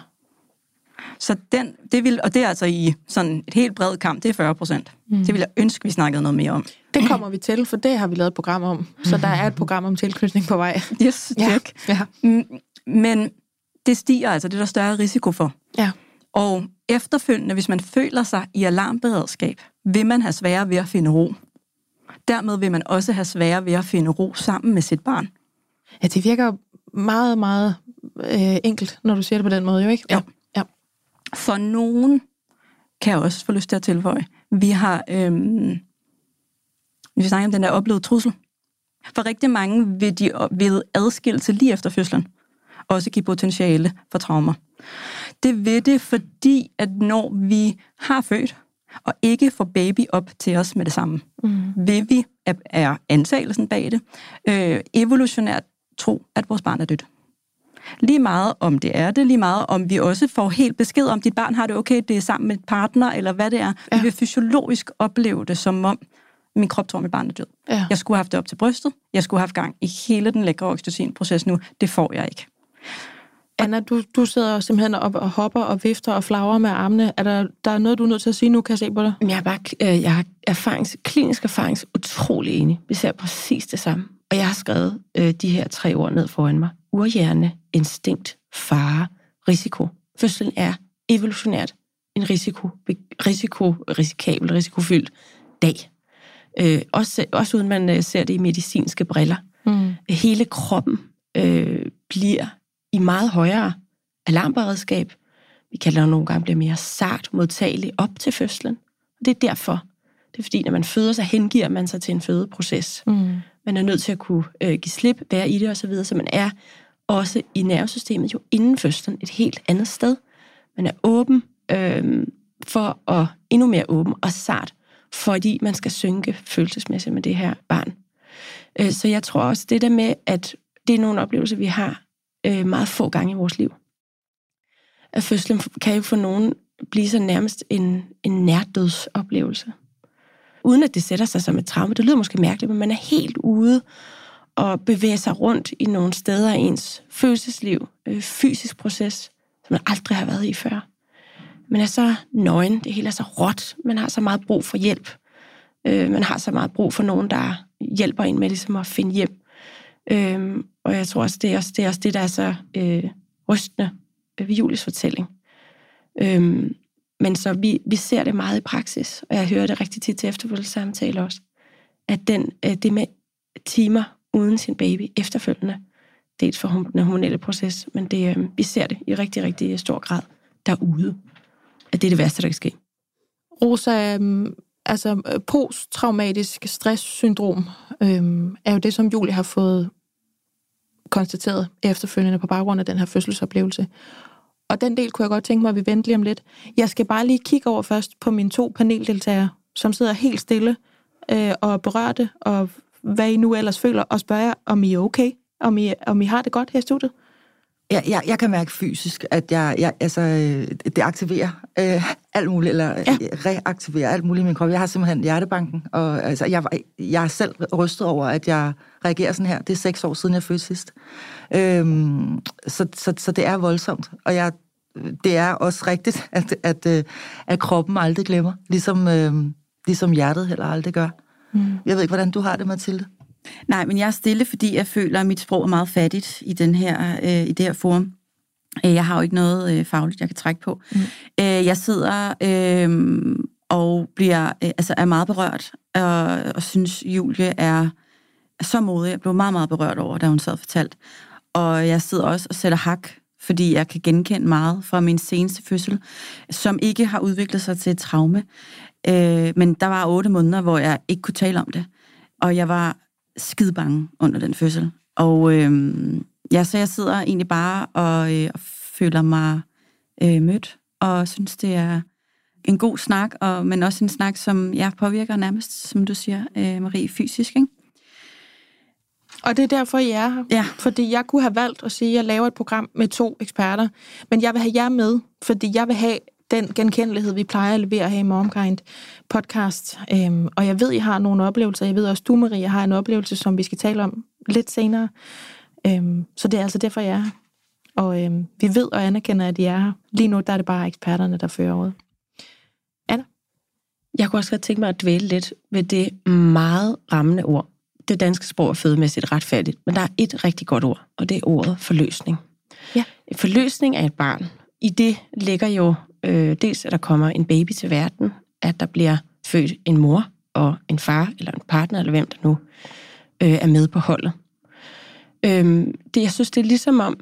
[SPEAKER 4] Så den, det vil, og det er altså i sådan et helt bredt kamp, det er fyrre procent. Mm. Det vil jeg ønske, vi snakkede noget mere om.
[SPEAKER 3] Det kommer vi til, for det har vi lavet et program om. Så der er et program om tilknytning på vej.
[SPEAKER 4] Yes, check.
[SPEAKER 3] Ja. Ja.
[SPEAKER 4] Men det stiger altså, det er der større risiko for.
[SPEAKER 3] Ja.
[SPEAKER 4] Og efterfølgende, hvis man føler sig i alarmberedskab, vil man have sværere ved at finde ro. Dermed vil man også have sværere ved at finde ro sammen med sit barn.
[SPEAKER 3] Ja, det virker meget, meget øh, enkelt, når du siger det på den måde, jo ikke?
[SPEAKER 4] Ja.
[SPEAKER 3] Ja.
[SPEAKER 4] For nogen kan jeg også få lyst til at tilføje. Vi har, øhm, vi snakker om den der oplevede trussel. For rigtig mange vil de ved adskillelse lige efter fødslen også give potentiale for traumer. Det vil det, fordi at når vi har født, og ikke får baby op til os med det samme, mm. vil vi, er antagelsen bag det, øh, evolutionært tro, at vores barn er dødt. Lige meget om det er det, lige meget om vi også får helt besked om, dit barn har det okay, det er sammen med et partner, eller hvad det er. Ja. Vi vil fysiologisk opleve det som om, min krop tror, mit barn er død. Ja. Jeg skulle have haft det op til brystet, jeg skulle have haft gang i hele den lækre oxytocin-proces nu, det får jeg ikke.
[SPEAKER 3] Anna, du, du sidder simpelthen op og hopper og vifter og flagrer med armene. Er der, der er noget, du er nødt til at sige nu, kan jeg se på dig?
[SPEAKER 2] Jeg er bare øh, jeg har erfarings, klinisk erfarings utrolig enig. Vi ser præcis det samme. Og jeg har skrevet øh, de her tre ord ned foran mig. Urhjerne, instinkt, fare, risiko. Fødslen er evolutionært en risiko, risiko, risikabel, risikofyldt dag. Øh, også, også uden man øh, ser det i medicinske briller. Mm. Hele kroppen øh, bliver i meget højere alarmberedskab. Vi kalder det nogle gange bliver mere sart modtagelig op til fødslen. Og det er derfor. Det er fordi, når man føder, så hengiver man sig til en fødeproces. Mm. Man er nødt til at kunne øh, give slip, være i det osv., så, videre, så man er også i nervesystemet jo inden fødslen et helt andet sted. Man er åben øh, for at endnu mere åben og sart, fordi man skal synke følelsesmæssigt med det her barn. Øh, så jeg tror også, det der med, at det er nogle oplevelser, vi har øh, meget få gange i vores liv. At fødslen kan jo for nogen blive så nærmest en, en nærdødsoplevelse. Uden at det sætter sig som et traume. Det lyder måske mærkeligt, men man er helt ude og bevæger sig rundt i nogle steder i ens følelsesliv, øh, fysisk proces, som man aldrig har været i før. Man er så nøgen, det hele er så råt, man har så meget brug for hjælp. Øh, man har så meget brug for nogen, der hjælper en med ligesom at finde hjem. Øh, og jeg tror også, det er også det, er også det der er så øh, rystende ved Julies fortælling. Øh, men så vi, vi ser det meget i praksis, og jeg hører det rigtig tit til efterfølgelsessamtale også, at den, øh, det med timer uden sin baby efterfølgende, dels for den hormonelle proces, men det, øh, vi ser det i rigtig, rigtig stor grad derude, at det er det værste, der kan ske.
[SPEAKER 3] Rosa, øh, altså posttraumatisk stresssyndrom øh, er jo det, som Julie har fået konstateret efterfølgende på baggrund af den her fødselsoplevelse. Og den del kunne jeg godt tænke mig, at vi venter lige om lidt. Jeg skal bare lige kigge over først på mine to paneldeltagere, som sidder helt stille øh, og berørte, og hvad I nu ellers føler, og spørger jer, om I er okay, om I, om I har det godt her i studiet.
[SPEAKER 6] Jeg, jeg, jeg kan mærke fysisk, at jeg, jeg altså, det aktiverer øh, alt muligt, eller ja. reaktiverer alt muligt i min krop. Jeg har simpelthen hjertebanken, og altså, jeg, jeg er selv rystet over, at jeg reagerer sådan her. Det er seks år siden, jeg fødte sidst. Øhm, så, så, så det er voldsomt, og jeg, det er også rigtigt, at, at, at, at kroppen aldrig glemmer, ligesom, øh, ligesom hjertet heller aldrig gør. Mm. Jeg ved ikke, hvordan du har det, Mathilde?
[SPEAKER 5] Nej, men jeg er stille, fordi jeg føler, at mit sprog er meget fattigt i, den her, øh, i det her forum. Jeg har jo ikke noget øh, fagligt, jeg kan trække på. Mm. Øh, jeg sidder øh, og bliver, øh, altså er meget berørt, og, og synes, Julie er, er så modig. Jeg blev meget, meget berørt over, da hun sad og fortalt. Og jeg sidder også og sætter hak, fordi jeg kan genkende meget fra min seneste fødsel, som ikke har udviklet sig til et traume. Øh, men der var otte måneder, hvor jeg ikke kunne tale om det. Og jeg var skide bange under den fødsel. Og øh, ja, så jeg sidder egentlig bare og, øh, og føler mig øh, mødt, og synes, det er en god snak, og, men også en snak, som jeg påvirker nærmest, som du siger, øh, Marie, fysisk, ikke?
[SPEAKER 3] Og det er derfor, I er her.
[SPEAKER 5] Ja.
[SPEAKER 3] Fordi jeg kunne have valgt at sige, at jeg laver et program med to eksperter, men jeg vil have jer med, fordi jeg vil have den genkendelighed, vi plejer at levere her i MomKind podcast. Øhm, og jeg ved, I har nogle oplevelser. Jeg ved også, du, Marie, har en oplevelse, som vi skal tale om lidt senere. Øhm, så det er altså derfor, jeg er her. Og øhm, vi ved og anerkender, at I er her. Lige nu, der er det bare eksperterne, der fører ordet. Anna?
[SPEAKER 2] Jeg kunne også godt tænke mig at dvæle lidt ved det meget rammende ord. Det danske sprog er fødemæssigt retfærdigt, men der er et rigtig godt ord, og det er ordet forløsning.
[SPEAKER 3] Ja.
[SPEAKER 2] Forløsning af et barn. I det ligger jo øh, dels, at der kommer en baby til verden, at der bliver født en mor og en far, eller en partner, eller hvem der nu øh, er med på holdet. Øh, det, jeg synes, det er ligesom om,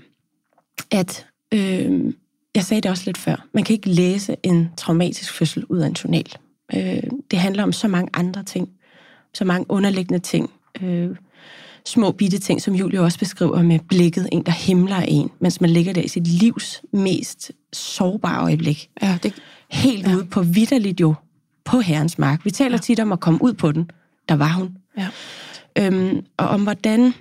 [SPEAKER 2] at, øh, jeg sagde det også lidt før, man kan ikke læse en traumatisk fødsel ud af en journal. Øh, det handler om så mange andre ting, så mange underliggende ting, øh, små bitte ting, som Julie også beskriver med blikket, en der himler af en, mens man ligger der i sit livs mest sårbare øjeblik.
[SPEAKER 3] Ja, det...
[SPEAKER 2] Helt ja. Ude på vitterligt jo, på Herrens mark. Vi taler ja. tit om at komme ud på den. Der var hun.
[SPEAKER 3] Ja.
[SPEAKER 2] Øhm, og om hvordan,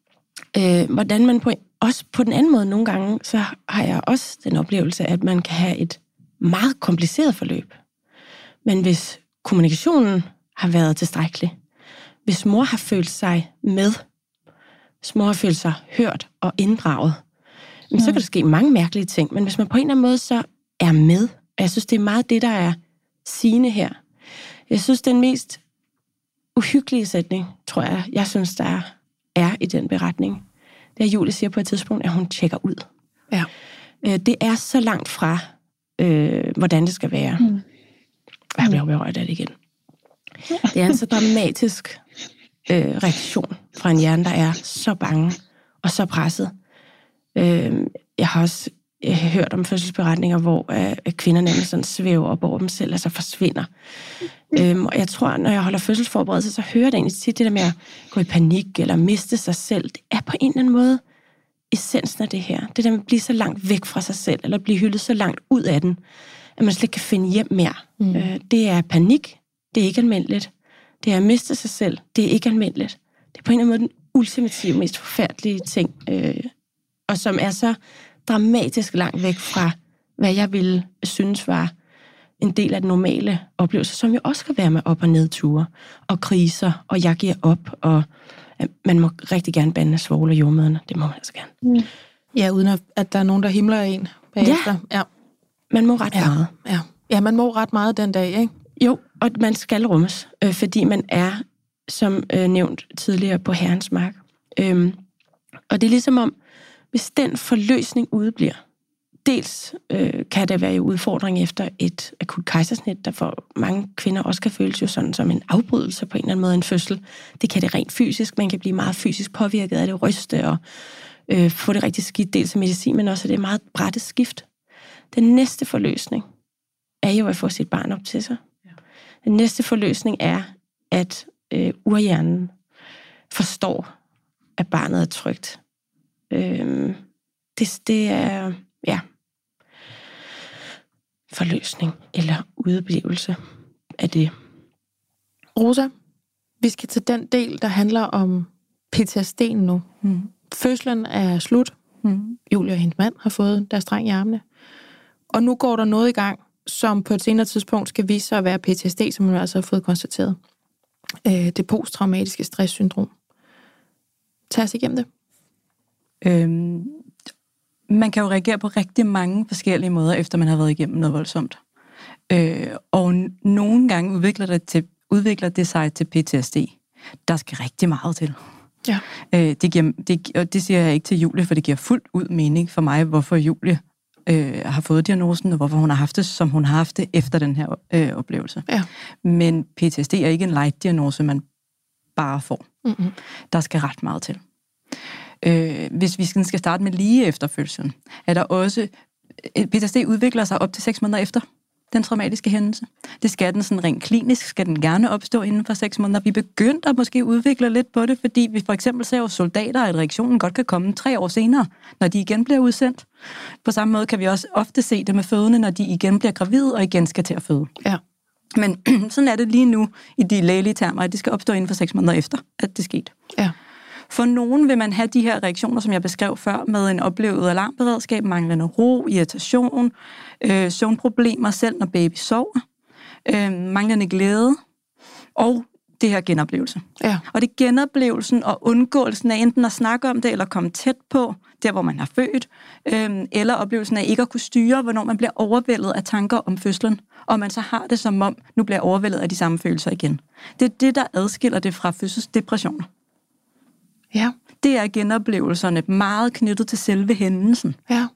[SPEAKER 2] øh, hvordan man på, også på den anden måde nogle gange, så har jeg også den oplevelse, at man kan have et meget kompliceret forløb. Men hvis kommunikationen har været tilstrækkelig, hvis mor har følt sig med, hvis mor har følt sig hørt og inddraget, mm. så kan der ske mange mærkelige ting. Men hvis man på en eller anden måde så er med, og jeg synes, det er meget det, der er sigende her. Jeg synes, den mest uhyggelige sætning, tror jeg, jeg synes, der er, er i den beretning, det er, Julie siger på et tidspunkt, at hun tjekker ud.
[SPEAKER 3] Ja.
[SPEAKER 2] Det er så langt fra, øh, hvordan det skal være. Mm. Jeg bliver berørt af det igen. Det er en så dramatisk øh, reaktion fra en hjerne, der er så bange og så presset. Øh, jeg har også jeg har hørt om fødselsberetninger, hvor øh, kvinder nærmest sådan svæver op over dem selv, altså forsvinder. Øh, og jeg tror, når jeg holder fødselsforberedelse, så hører det egentlig tit det der med at gå i panik eller miste sig selv. Det er på en eller anden måde essensen af det her. Det der med at blive så langt væk fra sig selv, eller blive hyldet så langt ud af den, at man slet ikke kan finde hjem mere. Mm. Øh, det er panik. Det er ikke almindeligt. Det er at miste sig selv. Det er ikke almindeligt. Det er på en eller anden måde den ultimative, mest forfærdelige ting. Øh, og som er så dramatisk langt væk fra, hvad jeg ville synes var en del af den normale oplevelse, som jo også kan være med op- og nedture, og kriser, og jeg giver op, og øh, man må rigtig gerne bande svovl og jordmøderne. Det må man altså gerne.
[SPEAKER 3] Mm. Ja, uden at, at der er nogen, der himler af en bagefter.
[SPEAKER 2] Ja. ja. Man må ret
[SPEAKER 3] ja.
[SPEAKER 2] meget.
[SPEAKER 3] Ja. ja, man må ret meget den dag, ikke?
[SPEAKER 2] Jo, og man skal rummes, øh, fordi man er, som øh, nævnt tidligere, på Herrens mark. Øhm, og det er ligesom om, hvis den forløsning udebliver, dels øh, kan der være jo udfordring efter et akut kejsersnit, der for mange kvinder også kan føles jo sådan som en afbrydelse på en eller anden måde, en fødsel. Det kan det rent fysisk, man kan blive meget fysisk påvirket af det, ryste og øh, få det rigtig skidt, dels af medicin, men også af det meget brætte skift. Den næste forløsning er jo at få sit barn op til sig. Den næste forløsning er, at øh, urhjernen forstår, at barnet er trygt. Øh, det, det er, ja, forløsning eller udeblivelse af det.
[SPEAKER 3] Rosa, vi skal til den del, der handler om P T S D'en nu. Mm. Fødslen er slut. Mm. Julie og hendes mand har fået deres dreng i armene. Og nu går der noget i gang, som på et senere tidspunkt skal vise sig at være P T S D, som hun altså har fået konstateret. Øh, det posttraumatiske stresssyndrom. Tag os igennem det.
[SPEAKER 4] Øhm, man kan jo reagere på rigtig mange forskellige måder, efter man har været igennem noget voldsomt. Øh, og n- nogle gange udvikler det, til, udvikler det sig til P T S D. Der skal rigtig meget til.
[SPEAKER 3] Ja.
[SPEAKER 4] Øh, det, giver, det, og det siger jeg ikke til Julie, for det giver fuldt ud mening for mig, hvorfor Julie øh, har fået diagnosen, og hvorfor hun har haft det, som hun har haft det efter den her øh, oplevelse.
[SPEAKER 3] Ja.
[SPEAKER 4] Men P T S D er ikke en light-diagnose, man bare får. Mm-hmm. Der skal ret meget til. Øh, hvis vi skal starte med lige efter fødslen, er der også... P T S D udvikler sig op til seks måneder efter den traumatiske hændelse. Det skal den sådan rent klinisk, skal den gerne opstå inden for seks måneder. Vi begyndte at måske udvikle lidt på det, fordi vi for eksempel ser hos soldater, at reaktionen godt kan komme tre år senere, når de igen bliver udsendt. På samme måde kan vi også ofte se det med fødende, når de igen bliver gravide og igen skal til at føde.
[SPEAKER 3] Ja.
[SPEAKER 4] Men sådan er det lige nu i de lægelige termer, at det skal opstå inden for seks måneder efter, at det skete.
[SPEAKER 3] Ja.
[SPEAKER 4] For nogen vil man have de her reaktioner, som jeg beskrev før, med en oplevet alarmberedskab, manglende ro, irritation, øh, søvnproblemer selv, når baby sover, øh, manglende glæde og det her genoplevelse.
[SPEAKER 3] Ja.
[SPEAKER 4] Og det genoplevelsen og undgåelsen af enten at snakke om det, eller komme tæt på, der hvor man har født, øh, eller oplevelsen af ikke at kunne styre, hvornår man bliver overvældet af tanker om fødslen, og man så har det som om, nu bliver overvældet af de samme følelser igen. Det er det, der adskiller det fra fødselsdepressioner.
[SPEAKER 3] Ja.
[SPEAKER 4] Det er genoplevelserne meget knyttet til selve hændelsen.
[SPEAKER 3] Ja.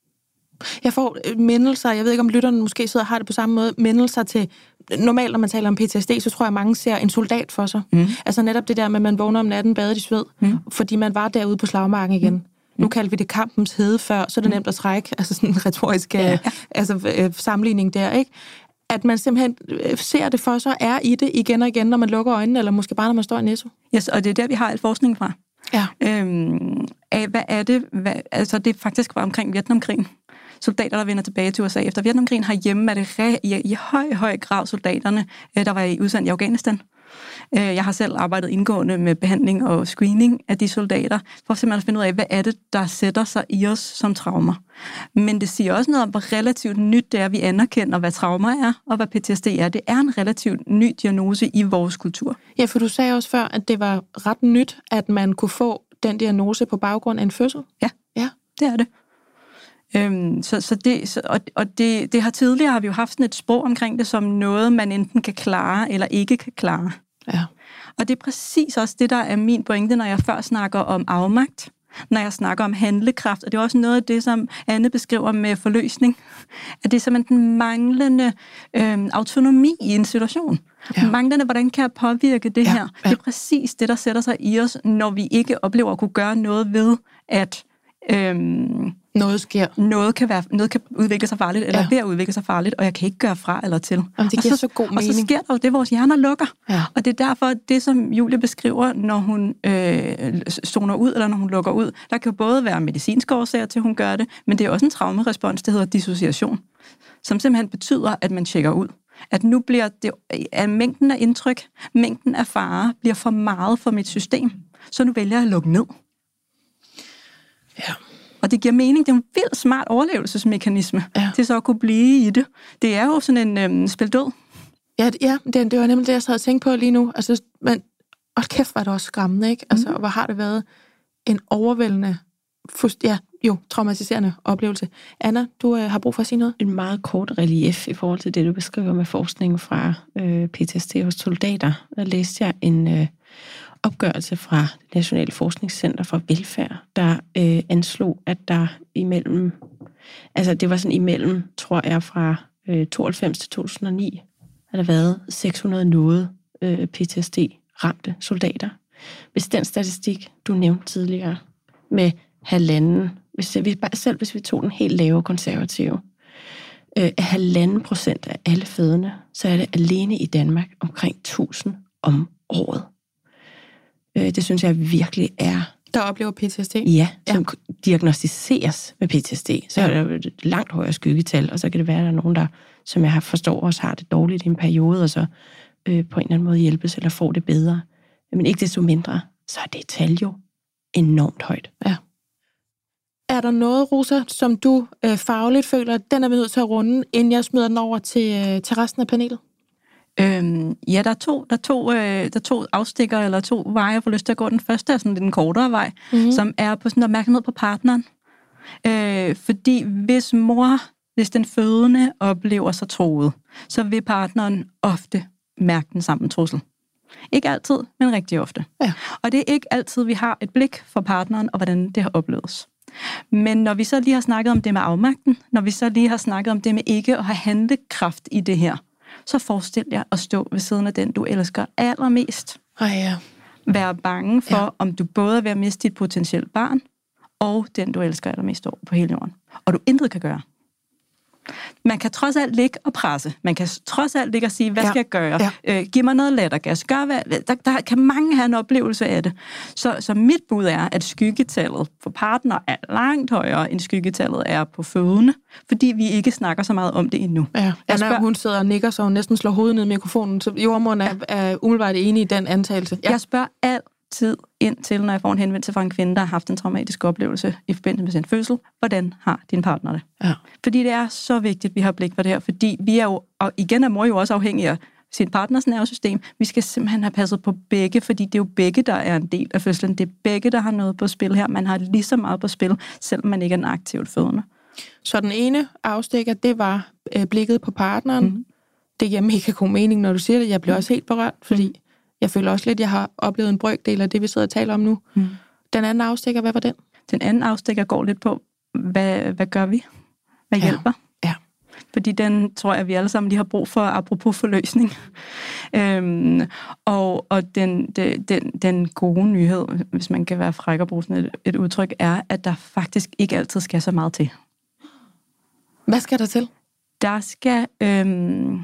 [SPEAKER 3] Jeg får mindelser, jeg ved ikke om lytterne måske sidder og har det på samme måde, mindelser til, normalt når man taler om P T S D, så tror jeg mange ser en soldat for sig. Mm. Altså netop det der med, at man vågner om natten badet i sved, mm. fordi man var derude på slagmarken igen. Mm. Nu kalder vi det kampens hede før, så er det nemt at trække, altså sådan en retorisk ja. altså, øh, sammenligning der, ikke? At man simpelthen ser det for sig, er i det igen og igen, når man lukker øjnene, eller måske bare, når man står i Netto.
[SPEAKER 4] Yes, og det er der, vi har al forskning fra.
[SPEAKER 3] Ja.
[SPEAKER 4] Øhm, af, hvad er det? Hvad, altså, det er faktisk var omkring Vietnamkrigen. Soldater, der vender tilbage til U S A. Efter Vietnamkrigen herhjemme er det re, i, i høj, høj grad soldaterne, der var i udsendt i Afghanistan. Jeg har selv arbejdet indgående med behandling og screening af de soldater, for simpelthen at finde ud af, hvad er det, der sætter sig i os som traumer. Men det siger også noget om, hvor relativt nyt det er, vi anerkender, hvad traumer er, og hvad P T S D er. Det er en relativt ny diagnose i vores kultur.
[SPEAKER 3] Ja, for du sagde også før, at det var ret nyt, at man kunne få den diagnose på baggrund af en fødsel.
[SPEAKER 4] Ja,
[SPEAKER 3] ja.
[SPEAKER 4] Det er det. Øhm, så, så det, så, og og det, det har tidligere har vi jo haft sådan et sprog omkring det som noget, man enten kan klare eller ikke kan klare.
[SPEAKER 3] Ja. Og
[SPEAKER 4] det er præcis også det, der er min pointe, når jeg før snakker om afmagt, når jeg snakker om handlekraft, og det er også noget af det, som Anne beskriver med forløsning, at det er simpelthen den manglende øhm, autonomi i en situation. Ja. Manglende, hvordan kan jeg påvirke det
[SPEAKER 3] ja.
[SPEAKER 4] her? Ja. Det er præcis det, der sætter sig i os, når vi ikke oplever at kunne gøre noget ved, at øhm,
[SPEAKER 3] noget sker.
[SPEAKER 4] Noget kan, være, noget kan udvikle sig farligt, eller ja. ved at udvikle sig farligt, og jeg kan ikke gøre fra eller til.
[SPEAKER 3] Jamen, det giver så, så god mening.
[SPEAKER 4] Og så sker der jo det, vores hjerner lukker.
[SPEAKER 3] Ja.
[SPEAKER 4] Og det er derfor, det som Julie beskriver, når hun øh, zoner ud, eller når hun lukker ud, der kan jo både være medicinske årsager til, at hun gør det, men det er også en traumerespons, det hedder dissociation, som simpelthen betyder, at man tjekker ud. At nu bliver det, at mængden af indtryk, mængden af fare, bliver for meget for mit system, så nu vælger jeg at lukke ned.
[SPEAKER 3] Ja.
[SPEAKER 4] Og det giver mening. Det er en vildt smart overlevelsesmekanisme
[SPEAKER 3] ja.
[SPEAKER 4] til så at kunne blive i det. Det er jo sådan en øhm, spil død.
[SPEAKER 3] Ja, ja det, det var nemlig det, jeg sad og tænkte på lige nu. Altså, men, og kæft var det også skræmmende, ikke? Altså, mm. hvor har det været en overvældende, ja, jo, traumatiserende oplevelse. Anna, du øh, har brug for at sige noget?
[SPEAKER 2] En meget kort relief i forhold til det, du beskriver med forskningen fra øh, P T S D hos soldater. Der læste jeg en øh, opgørelse fra det Nationale Forskningscenter for Velfærd, der øh, anslog, at der imellem, altså det var sådan imellem, tror jeg, fra øh, tooghalvfems til to tusind og ni, har der været seks hundrede noget øh, P T S D-ramte soldater. Hvis den statistik, du nævnte tidligere, med halvanden, hvis vi, selv hvis vi tog den helt lave konservative, øh, halvanden procent af alle fødende, så er det alene i Danmark omkring tusind om året. Øh, det synes jeg virkelig er...
[SPEAKER 3] Der oplever P T S D?
[SPEAKER 2] Ja, som ja. diagnostiseres med P T S D. Så er der et langt højere skyggetal, og så kan det være, at der er nogen, der, som jeg forstår, også har det dårligt i en periode, og så øh, på en eller anden måde hjælpes eller får det bedre. Men ikke desto mindre, så er det tal jo enormt højt.
[SPEAKER 3] Ja. Er der noget, Rosa, som du øh, fagligt føler, at den er vi nødt til at runde, inden jeg smider den over til, øh, til resten af panelet?
[SPEAKER 4] Øhm, ja, der er to, der er to, øh, der er to afstikker, eller to veje, jeg får lyst til at gå. Den første er sådan lidt en kortere vej, mm-hmm. som er på sådan opmærksomhed på partneren. Øh, fordi hvis mor, hvis den fødende oplever sig troet, så vil partneren ofte mærke den samme trussel. Ikke altid, men rigtig ofte. Ja. Og det er ikke altid, vi har et blik for partneren, og hvordan det har oplevet. Men når vi så lige har snakket om det med afmagten, når vi så lige har snakket om det med ikke at have handlekraft i det her, så forestil jer at stå ved siden af den, du elsker allermest.
[SPEAKER 3] Ej, ja.
[SPEAKER 4] Vær bange for,
[SPEAKER 3] ja.
[SPEAKER 4] om du både er ved at miste dit potentielle barn, og den, du elsker allermest på hele jorden. Og du intet kan gøre. Man kan trods alt ligge og presse. Man kan trods alt ligge og sige, hvad ja. skal jeg gøre? Ja. Øh, giv mig noget lattergas. Gør hvad? Der, der kan mange have en oplevelse af det. Så, så mit bud er, at skyggetallet for partner er langt højere, end skyggetallet er på fødende, fordi vi ikke snakker så meget om det endnu.
[SPEAKER 3] Ja. Anna, spørger, hun sidder og nikker, så hun næsten slår hovedet ned i mikrofonen, så jordmoren er, er umiddelbart enig i den antagelse. Ja.
[SPEAKER 4] Jeg spørger alt tid ind til, når jeg får en henvendelse fra en kvinde, der har haft en traumatisk oplevelse i forbindelse med sin fødsel. Hvordan har din partner det? Ja. Fordi det er så vigtigt, at vi har blik for det her, fordi vi er jo, og igen er mor jo også afhængig af sin partners nervesystem. Vi skal simpelthen have passet på begge, fordi det er jo begge, der er en del af fødslen. Det er begge, der har noget på spil her. Man har lige så meget på spil, selvom man ikke er en aktivt fødende.
[SPEAKER 3] Så den ene afstikker, det var øh, blikket på partneren. Mm. Det giver mega god mening, når du siger det. Jeg bliver mm. også helt berørt, fordi mm. jeg føler også lidt, at jeg har oplevet en brøkdel af det, vi sidder og taler om nu. Mm. Den anden afstikker, hvad var den?
[SPEAKER 4] Den anden afstikker går lidt på, hvad, hvad gør vi? Hvad hjælper?
[SPEAKER 3] Ja.
[SPEAKER 4] Fordi den tror jeg, vi alle sammen lige har brug for, apropos forløsning. øhm, og og den, den, den gode nyhed, hvis man kan være fræk og bruge sådan et, et udtryk, er, at der faktisk ikke altid skal så meget til.
[SPEAKER 3] Hvad skal der til?
[SPEAKER 4] Der skal øhm,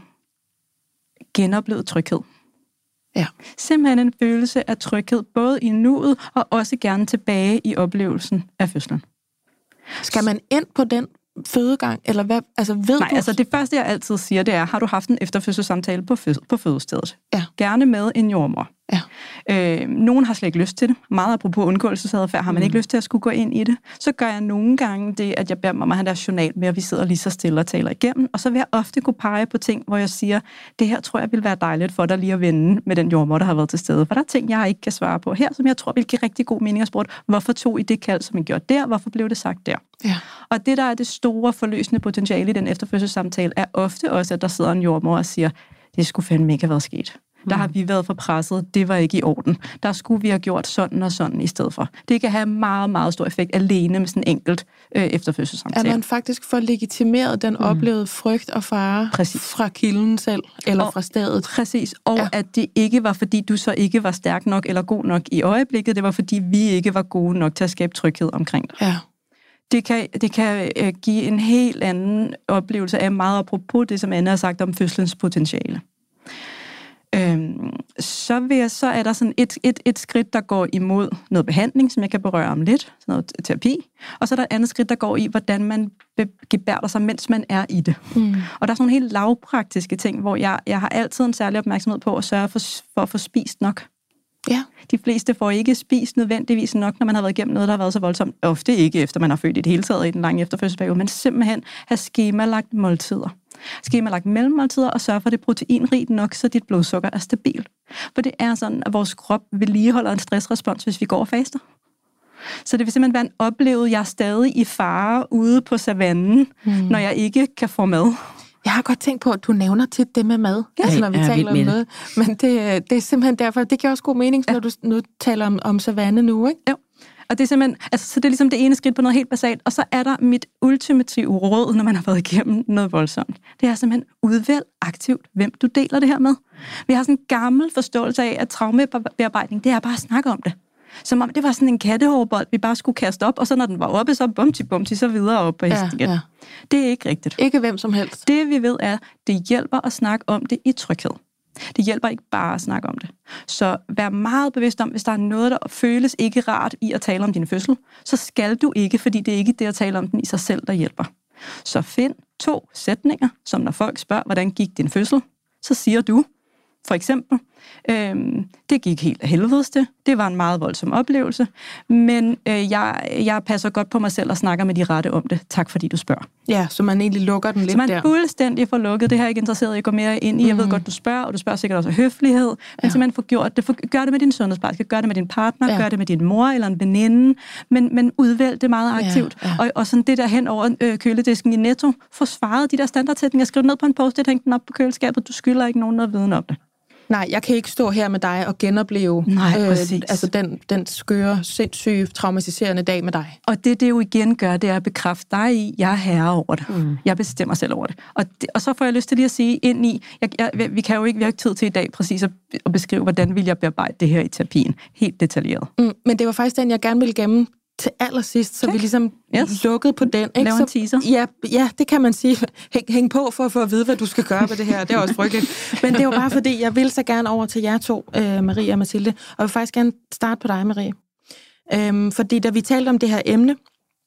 [SPEAKER 4] genopleve tryghed.
[SPEAKER 3] Ja.
[SPEAKER 4] Simpelthen en følelse af tryghed, både i nuet og også gerne tilbage i oplevelsen af fødslen.
[SPEAKER 3] Skal man ind på den fødegang, eller hvad? Altså, ved
[SPEAKER 4] Nej,
[SPEAKER 3] du...
[SPEAKER 4] altså det første, jeg altid siger, det er, har du haft en efterfødselssamtale på, fød- på fødestedet?
[SPEAKER 3] Ja.
[SPEAKER 4] Gerne med en jordmor.
[SPEAKER 3] Ja.
[SPEAKER 4] Øh, nogen har slet ikke lyst til det. Meget apropos undgåelsesadfærd, har man mm. ikke lyst til at skulle gå ind i det. Så gør jeg nogle gange det, at jeg beder mig om at have deres journal med, at vi sidder lige så stille og taler igennem. Og så vil jeg ofte kunne pege på ting, hvor jeg siger, det her tror jeg vil være dejligt for dig lige at vende med den jordmor, der har været til stede. For der er ting, jeg ikke kan svare på her, som jeg tror vil give rigtig god mening at spørge, hvorfor tog I det kald, som I gjorde der? Hvorfor blev det sagt der?
[SPEAKER 3] Ja.
[SPEAKER 4] Og det, der er det store forløsende potentiale i den efterfødselssamtale, er ofte også, at der sidder en jordmor og siger, det skulle fandme ikke have været sket. Der har vi været for presset, det var ikke i orden. Der skulle vi have gjort sådan og sådan i stedet for. Det kan have meget, meget stor effekt alene med sådan en enkelt øh, efterfødselssamtale.
[SPEAKER 3] At man faktisk får legitimeret den mm. oplevede frygt og fare præcis. Fra kilden selv, eller og, fra stedet.
[SPEAKER 4] Præcis, og ja. At det ikke var, fordi du så ikke var stærk nok eller god nok i øjeblikket, det var, fordi vi ikke var gode nok til at skabe tryghed omkring dig.
[SPEAKER 3] Ja.
[SPEAKER 4] Det kan, det kan øh, give en helt anden oplevelse af meget apropos det, som Anna har sagt om fødselens potentiale. Øhm, så, vil jeg, så er der sådan et, et, et skridt, der går imod noget behandling, som jeg kan berøre om lidt, sådan noget terapi, og så er der et andet skridt, der går i, hvordan man gebærder sig, mens man er i det. Mm. Og der er sådan nogle helt lavpraktiske ting, hvor jeg, jeg har altid en særlig opmærksomhed på at sørge for, for at få spist nok.
[SPEAKER 3] Ja.
[SPEAKER 4] De fleste får ikke spist nødvendigvis nok, når man har været igennem noget, der har været så voldsomt. Ofte ikke, efter man har født i det hele taget i den lange efterfødselsperiode, men simpelthen have skemalagt måltider. Skemalagt mellemmåltider og sørge for, at det er proteinrigt nok, så dit blodsukker er stabilt. For det er sådan, at vores krop vedligeholder en stressrespons, hvis vi går og faster. Så det vil simpelthen være en oplevet, jeg er stadig i fare ude på savannen, mm. når jeg ikke kan få mad.
[SPEAKER 3] Jeg har godt tænkt på, at du nævner tit det med mad, ja. Altså når vi ja, taler om noget. Men det, det er simpelthen derfor, det giver også god mening, ja. Når du nu taler om, om savanne nu, ikke?
[SPEAKER 4] Jo. Og det er simpelthen, altså, så det er ligesom det ene skridt på noget helt basalt, og så er der mit ultimative råd, når man har været igennem noget voldsomt. Det er simpelthen udvælg aktivt, hvem du deler det her med. Vi har sådan en gammel forståelse af, at traumebearbejdning, det er bare at snakke om det. Som om det var sådan en kattehårbold, vi bare skulle kaste op, og så når den var oppe, så bumti bumti, så videre op på hesten igen. Ja, ja. Det er ikke rigtigt.
[SPEAKER 3] Ikke hvem som helst.
[SPEAKER 4] Det vi ved er, det hjælper at snakke om det i tryghed. Det hjælper ikke bare at snakke om det. Så vær meget bevidst om, hvis der er noget, der føles ikke rart i at tale om din fødsel, så skal du ikke, fordi det er ikke det at tale om den i sig selv, der hjælper. Så find to sætninger, som når folk spørger, hvordan gik din fødsel, så siger du, for eksempel, Øhm, det gik helt af helvedes det. Det var en meget voldsom oplevelse. Men øh, jeg, jeg passer godt på mig selv og snakker med de rette om det. Tak fordi du spørger.
[SPEAKER 3] Ja, så man egentlig lukker den lidt der.
[SPEAKER 4] Så man der. fuldstændig får lukket. Det her er ikke interesseret i at gå mere ind i. Mm. Jeg ved godt, du spørger, og du spørger sikkert også af høflighed. Men ja. simpelthen få gjort det. For, gør det med din sundhedsplejerske, gør det med din partner, ja. gør det med din mor eller en veninde. Men, men udvælg det meget aktivt. Ja, ja. Og, og sådan det der hen over øh, køledisken i Netto. Få svaret de der standardsætninger. Skriv ned på en post-it, hæng den op på køleskabet. Du skylder ikke nogen noget viden om det.
[SPEAKER 3] Nej, jeg kan ikke stå her med dig og genopleve
[SPEAKER 4] Nej,
[SPEAKER 3] øh,
[SPEAKER 4] altså
[SPEAKER 3] den, den skøre, sindssyge, traumatiserende dag med dig.
[SPEAKER 4] Og det, det jo igen gør, det er at bekræfte dig i, jeg er herre over det. Mm. Jeg bestemmer selv over det. Og, det. og så får jeg lyst til lige at sige ind i, jeg, jeg, vi kan jo ikke, vi har ikke tid til i dag præcis at, at beskrive, hvordan vil jeg bearbejde det her i terapien. Helt detaljeret.
[SPEAKER 3] Mm, men det var faktisk den, jeg gerne ville gemme til allersidst, så okay. vi ligesom yes. lukkede på den.
[SPEAKER 4] Ikke? Lav en teaser.
[SPEAKER 3] Ja, ja, det kan man sige. Hæng, hæng på for, for at vide, hvad du skal gøre med det her. Det er også frygteligt. Men det var bare fordi, jeg vil så gerne over til jer to, øh, Marie og Mathilde, og jeg vil faktisk gerne starte på dig, Marie. Øhm, fordi da vi talte om det her emne,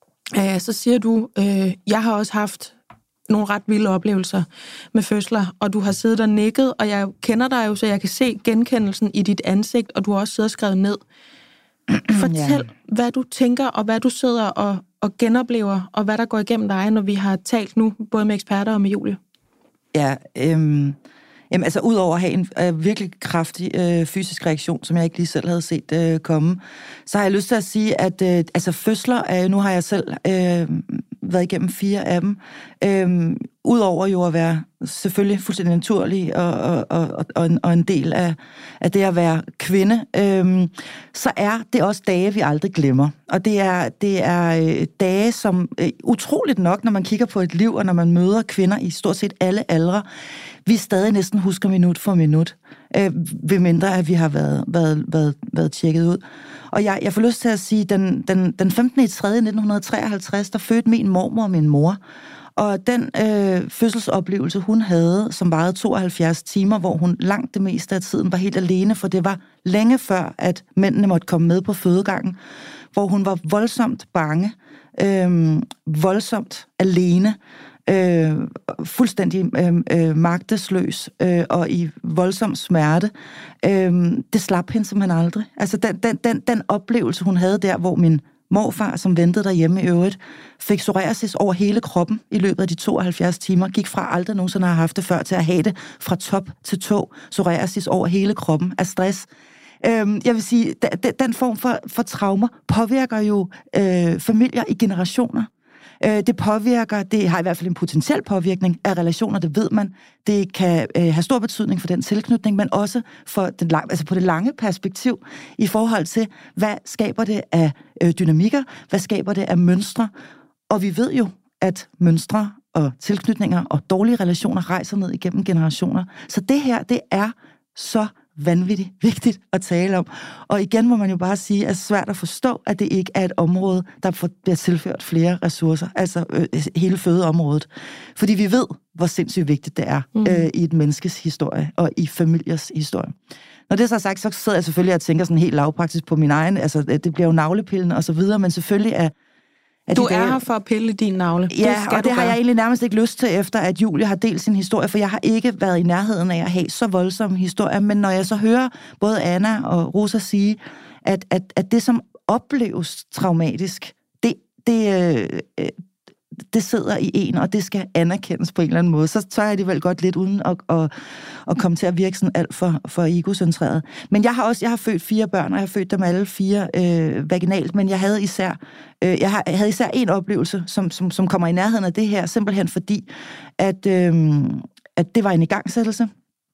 [SPEAKER 3] øh, så siger du, øh, jeg har også haft nogle ret vilde oplevelser med fødsler, og du har siddet og nikket, og jeg kender dig jo, så jeg kan se genkendelsen i dit ansigt, og du har også siddet og skrevet ned. Fortæl, ja. hvad du tænker, og hvad du sidder og, og genoplever, og hvad der går igennem dig, når vi har talt nu, både med eksperter og med Julie.
[SPEAKER 6] Ja, øhm, jamen, altså udover at have en øh, virkelig kraftig øh, fysisk reaktion, som jeg ikke lige selv havde set øh, komme, så har jeg lyst til at sige, at øh, altså fødsler, øh, nu har jeg selv øh, været igennem fire af dem, øh, udover jo at være selvfølgelig fuldstændig naturlig og, og, og, og, en, og en del af, af det at være kvinde, øhm, så er det også dage, vi aldrig glemmer. Og det er, det er øh, dage, som øh, utroligt nok, når man kigger på et liv, og når man møder kvinder i stort set alle aldre, vi stadig næsten husker minut for minut, øh, ved mindre at vi har været, været, været, været tjekket ud. Og jeg, jeg får lyst til at sige, den, den, den femtende tredje nitten treoghalvtreds, der fødte min mormor og min mor. Og den øh, fødselsoplevelse, hun havde, som varede tooghalvfjerds timer, hvor hun langt det meste af tiden var helt alene, for det var længe før, at mændene måtte komme med på fødegangen, hvor hun var voldsomt bange, øh, voldsomt alene, øh, fuldstændig øh, øh, magtesløs øh, og i voldsom smerte. Øh, det slap hende simpelthen aldrig. Altså den, den, den, den oplevelse, hun havde der, hvor min morfar, som ventede derhjemme i øvrigt, fik psoriasis over hele kroppen i løbet af de tooghalvfjerds timer, gik fra aldrig nogensinde har haft det før, til at have det fra top til tå, psoriasis over hele kroppen af stress. Øhm, jeg vil sige, den, den form for, for traumer påvirker jo øh, familier i generationer. Øh, det påvirker, det har i hvert fald en potentiel påvirkning af relationer, det ved man. Det kan øh, have stor betydning for den tilknytning, men også for den lang, altså på det lange perspektiv i forhold til, hvad skaber det af øh, dynamikker, hvad skaber det af mønstre. Og vi ved jo, at mønstre og tilknytninger og dårlige relationer rejser ned igennem generationer. Så det her, det er så vanvittigt vigtigt at tale om. Og igen må man jo bare sige, at det er svært at forstå, at det ikke er et område, der bliver tilført flere ressourcer, altså øh, hele fødeområdet. Fordi vi ved, hvor sindssygt vigtigt det er mm. øh, i et menneskes historie og i familiers historie. Når det så er sagt, så sidder jeg selvfølgelig og tænker sådan helt lavpraktisk på min egen, altså det bliver jo navlepillen og så videre, men selvfølgelig er
[SPEAKER 3] Du er her for at pille din navle.
[SPEAKER 6] Ja, det og det har jeg egentlig nærmest ikke lyst til, efter at Julie har delt sin historie, for jeg har ikke været i nærheden af at have så voldsomme historier, men når jeg så hører både Anna og Rosa sige, at, at, at det, som opleves traumatisk, det, det, øh, det sidder i en, og det skal anerkendes på en eller anden måde, så tør jeg det vel godt lidt uden at, at, at komme til at virke sådan alt for, for egocentreret. Men jeg har også jeg har født fire børn, og jeg har født dem alle fire øh, vaginalt, men jeg havde især øh, jeg, har, jeg havde især en oplevelse, som, som, som kommer i nærheden af det her, simpelthen fordi, at, øh, at det var en igangsættelse.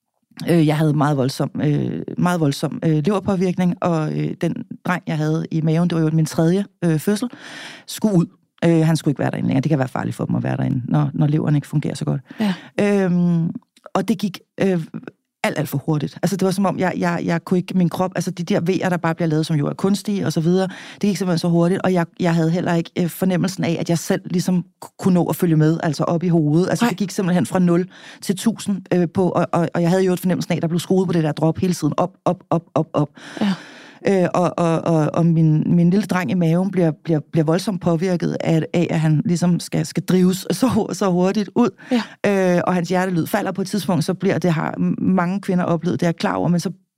[SPEAKER 6] Jeg havde meget voldsom, øh, meget voldsom øh, leverpåvirkning, og øh, den dreng, jeg havde i maven, det var jo min tredje øh, fødsel, skulle ud. Øh, han skulle ikke være derinde længere. Det kan være farligt for dem at være derinde, når, når leveren ikke fungerer så godt. Ja. Øhm, og det gik øh, alt, alt for hurtigt. Altså, det var som om, jeg, jeg, jeg kunne ikke, min krop, altså de der vejer, der bare bliver lavet, som jo er kunstige og så videre, det gik simpelthen så hurtigt, og jeg, jeg havde heller ikke øh, fornemmelsen af, at jeg selv ligesom kunne nå at følge med, altså op i hovedet. Altså, Nej. Det gik simpelthen fra nul til tusind øh, på, og, og, og jeg havde jo et fornemmelsen af, at der blev skruet på det der drop hele tiden, op, op, op, op, op. Ja. Øh, og og, og, og min, min lille dreng i maven bliver, bliver, bliver voldsomt påvirket af, af, at han ligesom skal, skal drives så, så hurtigt ud. Ja. Øh, og hans hjertelyd falder på et tidspunkt, så bliver det, har mange kvinder oplevet, det er klar over, men så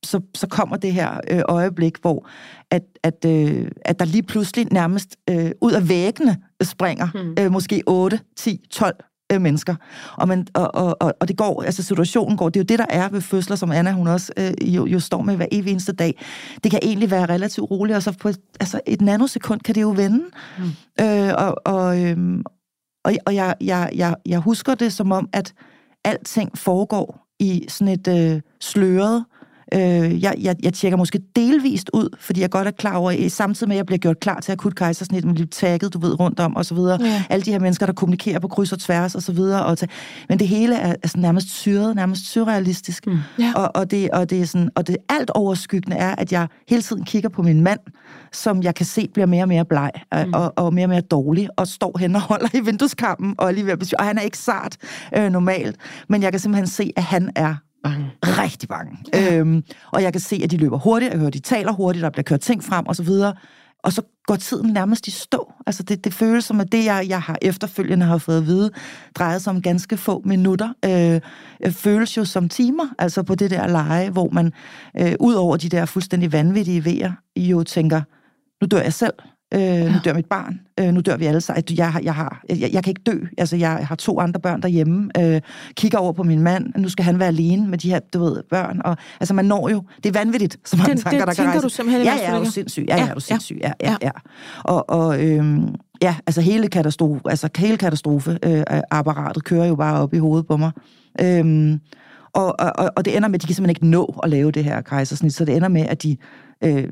[SPEAKER 6] så, så kommer det her øh, øjeblik, hvor at, at, øh, at der lige pludselig nærmest øh, ud af væggene springer mm. øh, måske otte, ti, tolv øh, mennesker. Og, man, og, og, og, og det går, altså situationen går, det er jo det, der er ved fødsler, som Anna, hun også øh, jo, jo står med hver evig eneste dag. Det kan egentlig være relativt roligt, og så på altså et nanosekund kan det jo vende. Mm. Øh, og og, øh, og, og jeg, jeg, jeg, jeg husker det som om, at alting foregår i sådan et øh, sløret. Øh, jeg, jeg, jeg tjekker måske delvist ud, fordi jeg godt er klar over, samtidig med, at jeg bliver gjort klar til akut kejsersnit, man bliver tagget, du ved, rundt om, og så videre. Ja. Alle de her mennesker, der kommunikerer på kryds og tværs, og så videre. Og t- men det hele er, er sådan nærmest syret, nærmest surrealistisk. Mm. Ja. Og, og, det, og, det er sådan, og det alt overskyggende er, at jeg hele tiden kigger på min mand, som jeg kan se bliver mere og mere bleg, mm. og, og mere og mere dårlig, og står hen og holder i vindueskampen, og, alligevel, og han er ikke sart øh, normalt, men jeg kan simpelthen se, at han er bange. Rigtig bange. Ja. Øhm, og jeg kan se, at de løber hurtigt, jeg hører, de taler hurtigt, der bliver kørt ting frem, og så videre. Og så går tiden nærmest i stå. Altså det, det føles som, at det, jeg, jeg har efterfølgende har fået at vide, drejer sig om ganske få minutter. Øh, føles jo som timer, altså på det der leje, hvor man, øh, ud over de der fuldstændig vanvittige vejer, jo tænker, nu dør jeg selv. Øh, ja. Nu dør mit barn. Øh, nu dør vi alle sammen. Jeg, jeg, har, jeg, jeg kan ikke dø. Altså, jeg har to andre børn derhjemme. Øh, kigger over på min mand. Nu skal han være alene med de her, du ved, børn. Og, altså, man når jo. Det er vanvittigt, så mange
[SPEAKER 3] det,
[SPEAKER 6] tanker,
[SPEAKER 3] det
[SPEAKER 6] der kan rejse.
[SPEAKER 3] Det tænker du simpelthen.
[SPEAKER 6] Ja, jeg er jo sindssyg. Ja, jeg er jo sindssyg. Ja, ja, ja. Og, og øhm, ja, altså hele katastrofe, altså hele katastrofe øh, apparatet kører jo bare op i hovedet på mig. Øhm, og, og, og det ender med, at de kan simpelthen ikke nå at lave det her kejsersnit. Så det ender med, at de... Øh,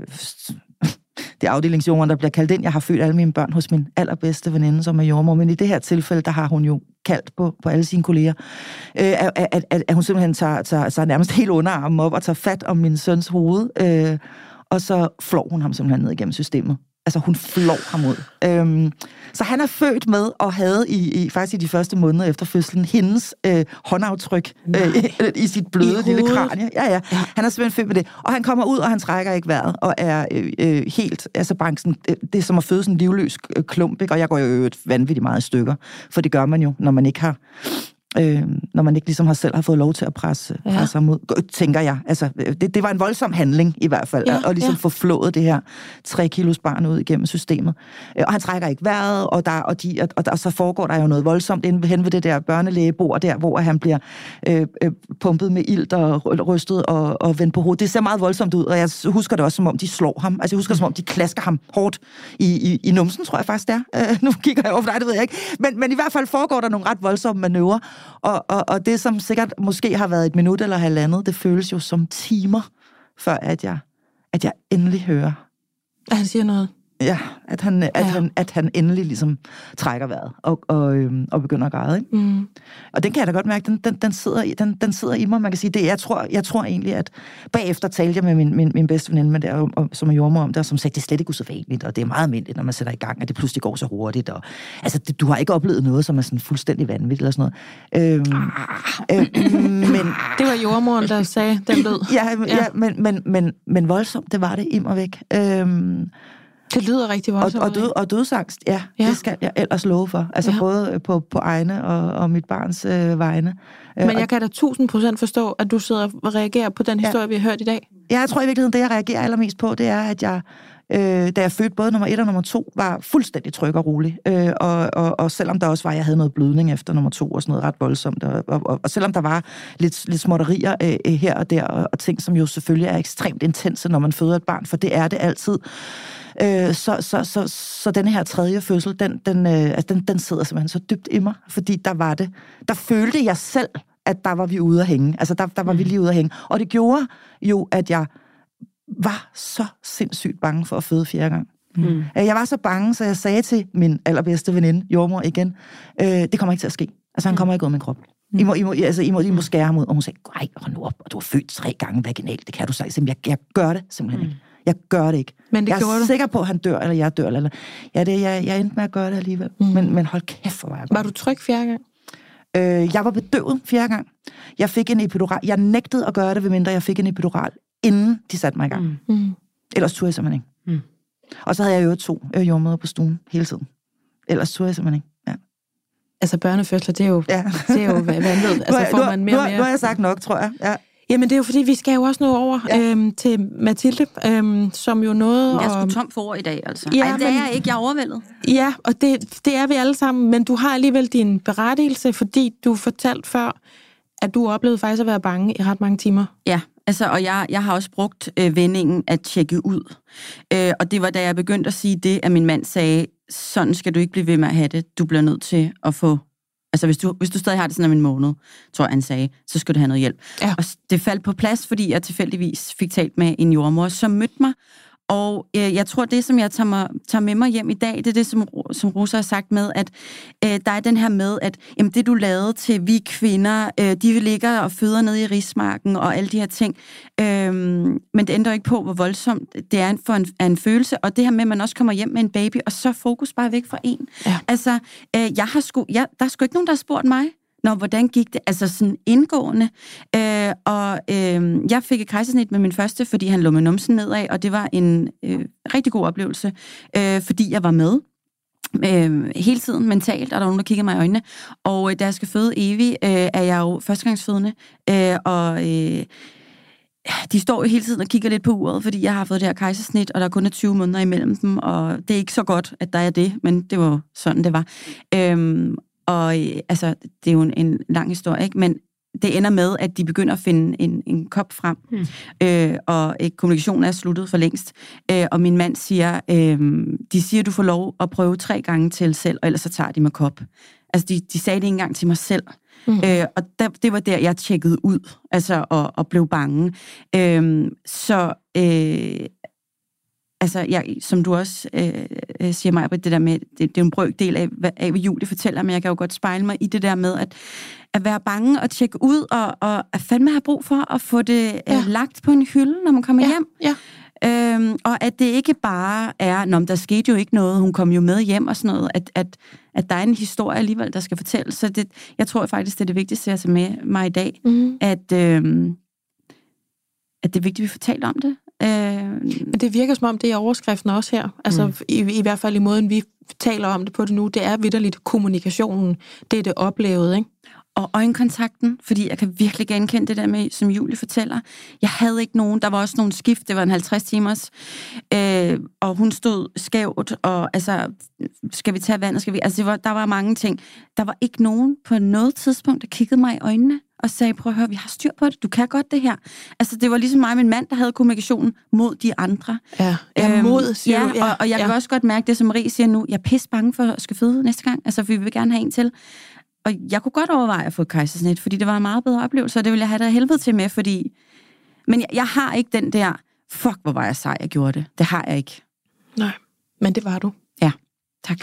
[SPEAKER 6] det er afdelingsjordmor, der bliver kaldt ind. Jeg har født alle mine børn hos min allerbedste veninde, som er jordmor, men i det her tilfælde, der har hun jo kaldt på, på alle sine kolleger, øh, at, at, at, at hun simpelthen tager, tager, tager nærmest helt underarmen op og tager fat om min søns hoved, øh, og så flår hun ham simpelthen ned igennem systemet. Altså, hun flår ham ud. Øhm, så han er født med og havde i, i faktisk i de første måneder efter fødslen hendes øh, håndaftryk øh, i, i sit bløde I lille kranie. Ja, ja. ja. Han er simpelthen født med det. Og han kommer ud, og han trækker ikke vejret, og er øh, øh, helt, altså branchen, det, det er som at føde sådan en livløs klump, ikke? Og jeg går jo et vanvittigt meget i stykker, for det gør man jo, når man ikke har... Øh, når man ikke ligesom har selv har fået lov til at presse, ja. presse ham ud, tænker jeg. Altså, det, det var en voldsom handling i hvert fald, ja, at, at ligesom ja. få flået det her tre kilos barn ud igennem systemet. Og han trækker ikke vejret, og, der, og, de, og, og, og så foregår der jo noget voldsomt inde hen ved det der børnelægebord der, hvor han bliver øh, øh, pumpet med ilt og rystet og, og vendt på hovedet. Det ser meget voldsomt ud, og jeg husker det også, som om de slår ham. Altså, jeg husker, som om de klasker ham hårdt i, i, i numsen, tror jeg faktisk det er. Øh, nu kigger jeg over for dig, det ved jeg ikke. Men, men i hvert fald foregår der nogle ret voldsomme manøvrer. Og, og, og det, som sikkert måske har været et minut eller halvandet, det føles jo som timer, før at jeg, at jeg endelig hører.
[SPEAKER 3] At han siger noget?
[SPEAKER 6] Ja, at han, at, ja. han, at han endelig ligesom trækker vejret og, og, øhm, og begynder at græde. Ikke? Mm. Og den kan jeg da godt mærke, den, den, den, sidder, i, den, den sidder i mig. Man kan sige, det, jeg, tror, jeg tror egentlig, at bagefter talte jeg med min, min, min bedste veninde, med der, og, som er jordmor om det, som sagde, det er slet ikke usædvanligt, og det er meget almindeligt, når man sætter i gang, at det pludselig går så hurtigt. Og, altså, det, du har ikke oplevet noget, som er sådan fuldstændig vanvittigt eller sådan noget. Øhm, øh, men,
[SPEAKER 3] det var jordmoren, der sagde den lyd.
[SPEAKER 6] Ja, ja. ja men, men, men, men voldsomt, det var det i mig væk. Øhm,
[SPEAKER 3] Det lyder rigtig voldsomt.
[SPEAKER 6] Og, og, død, og dødsangst, ja, ja, det skal jeg ellers love for. Altså ja. både på, på egne og, og mit barns øh, vegne.
[SPEAKER 3] Men jeg kan da tusind procent forstå, at du sidder og reagerer på den historie, ja. vi har hørt i dag.
[SPEAKER 6] Ja, jeg tror i virkeligheden, det jeg reagerer allermest på, det er, at jeg, øh, da jeg fødte både nummer et og nummer to, var fuldstændig tryg og rolig. Øh, og, og, og selvom der også var, jeg havde noget blødning efter nummer to, og sådan noget ret voldsomt, og, og, og, og selvom der var lidt, lidt småtterier øh, her og der, og, og ting, som jo selvfølgelig er ekstremt intense, når man føder et barn, for det er det altid. Øh, så, så, så, så den her tredje fødsel, den, den, øh, altså den, den sidder simpelthen så dybt i mig, fordi der var det, der følte jeg selv, at der var vi ude at hænge. Altså der, der var mm. vi lige ude at hænge. Og det gjorde jo, at jeg var så sindssygt bange for at føde fjerde gang. Mm. Jeg var så bange, så jeg sagde til min allerbedste veninde, jordmor igen, øh, det kommer ikke til at ske. Altså han kommer ikke ud af min krop. I må, I må, altså, I må, I må skære ham ud. Og hun sagde, nej, hold nu op, og du har født tre gange vaginalt, det kan du sige. Jeg, jeg gør det simpelthen ikke. Jeg gør det ikke.
[SPEAKER 3] Men det
[SPEAKER 6] jeg er
[SPEAKER 3] du.
[SPEAKER 6] sikker på, at han dør, eller jeg dør. Eller, ja, det, jeg, jeg endte med at gøre det alligevel. Mm. Men, men hold kæft for mig.
[SPEAKER 3] Var du tryg fjerde gang?
[SPEAKER 6] Øh, jeg var bedøvet fjerde gang. Jeg fik en epidural. Jeg nægtede at gøre det, ved mindre jeg fik en epidural, inden de satte mig i gang. Mm. Ellers turde jeg simpelthen ikke. Mm. Og så havde jeg jo to øh, jordmødre på stuen hele tiden. Ellers turde jeg simpelthen ikke. Ja.
[SPEAKER 3] Altså børnefødsler, det er jo, ja. det er jo vanvittigt. Altså får man mere
[SPEAKER 6] nu,
[SPEAKER 3] og mere...
[SPEAKER 6] Nu har jeg sagt nok, tror jeg. Ja.
[SPEAKER 3] Jamen, det er jo fordi, vi skal jo også nå over ja. øhm, til Mathilde, øhm, som jo noget...
[SPEAKER 5] Jeg er
[SPEAKER 3] og...
[SPEAKER 5] sgu tom for ord i dag, altså.
[SPEAKER 3] Ja,
[SPEAKER 5] Ej, det
[SPEAKER 3] men...
[SPEAKER 5] er jeg ikke. Jeg er overvældet.
[SPEAKER 3] Ja, og det, det er vi alle sammen, men du har alligevel din berettigelse, fordi du fortalte før, at du oplevede faktisk at være bange i ret mange timer.
[SPEAKER 5] Ja, altså, og jeg, jeg har også brugt øh, vendingen at tjekke ud. Øh, og det var, da jeg begyndte at sige det, at min mand sagde, sådan skal du ikke blive ved med at have det. Du bliver nødt til at få... Altså, hvis du, hvis du stadig har det sådan om en måned, tror jeg, han sagde, så skal du have noget hjælp. Ja. Og det faldt på plads, fordi jeg tilfældigvis fik talt med en jordmor, som mødte mig. Og øh, jeg tror, det, som jeg tager, mig, tager med mig hjem i dag, det er det, som, som Rosa har sagt med, at øh, der er den her med, at jamen, det, du lavede til vi kvinder, øh, de ligger og føder nede i rismarken og alle de her ting. Øh, men det ændrer ikke på, hvor voldsomt det er for en, en følelse. Og det her med, at man også kommer hjem med en baby, og så fokus bare væk fra en. Ja. Altså, øh, jeg har sgu, jeg, der er sgu ikke nogen, der har spurgt mig, Nå, hvordan gik det? Altså sådan indgående. Øh, og øh, jeg fik et kejsersnit med min første, fordi han lå med numsen nedad, og det var en øh, rigtig god oplevelse, øh, fordi jeg var med øh, hele tiden mentalt, og der var nogen, der kiggede mig i øjnene. Og øh, da jeg skal føde Evi, øh, er jeg jo førstegangsfødende, øh, og... Øh, de står jo hele tiden og kigger lidt på uret, fordi jeg har fået det her kejsersnit, og der er kun tyve måneder imellem dem, og det er ikke så godt, at der er det, men det var sådan, det var. Øh, Og altså, det er jo en, en lang historie, ikke? Men det ender med, at de begynder at finde en, en kop frem, mm. øh, og øh, kommunikationen er sluttet for længst. Øh, og min mand siger, øh, de siger, du får lov at prøve tre gange til selv, og ellers så tager de med kop. Altså, de, de sagde det ikke engang til mig selv. Mm. Øh, og der, det var der, jeg tjekkede ud, altså, og, og blev bange. Øh, så... Øh, Altså, jeg, som du også øh, siger mig, det der med, det, det er en brøkdel af, af, hvad Julie fortæller, men jeg kan jo godt spejle mig i det der med, at, at være bange og tjekke ud, og, og at fandme have brug for at få det ja. øh, lagt på en hylde, når man kommer
[SPEAKER 3] ja.
[SPEAKER 5] hjem.
[SPEAKER 3] Ja.
[SPEAKER 5] Øhm, og at det ikke bare er, nå, der skete jo ikke noget, hun kom jo med hjem og sådan noget, at, at, at der er en historie alligevel, der skal fortælles. Så det, jeg tror faktisk, det er det vigtigste, jeg tager med mig i dag, mm. at, øh, at det er vigtigt, at vi får talt om det.
[SPEAKER 3] Men det virker som om, det er overskriften også her. Altså mm. i, i hvert fald i måden, vi taler om det på det nu, det er vitterligt kommunikationen. Det er det oplevede, ikke?
[SPEAKER 5] Og øjenkontakten, fordi jeg kan virkelig genkende det der med, som Julie fortæller. Jeg havde ikke nogen, der var også nogle skift, det var en halvtreds timers, øh, og hun stod skævt, og altså, skal vi tage vandet, skal vi... Altså, det var, der var mange ting. Der var ikke nogen på noget tidspunkt, der kiggede mig i øjnene og sagde, prøv at høre, vi har styr på det, du kan godt det her. Altså, det var ligesom mig og min mand, der havde kommunikationen mod de andre.
[SPEAKER 3] Ja, ja mod, siger
[SPEAKER 5] ja,
[SPEAKER 3] du. Ja,
[SPEAKER 5] og, og jeg
[SPEAKER 3] ja.
[SPEAKER 5] kan også godt mærke det, som Marie siger nu, jeg er pisse bange for at skal føde næste gang, altså, for vi vil gerne have en til. Og jeg kunne godt overveje at få et kejsersnit, fordi det var en meget bedre oplevelse, og det ville jeg have der helvede til med, fordi... Men jeg, jeg har ikke den der, fuck, hvor var jeg sej, jeg gjorde det. Det har jeg ikke.
[SPEAKER 3] Nej, men det var du.
[SPEAKER 5] Ja, tak.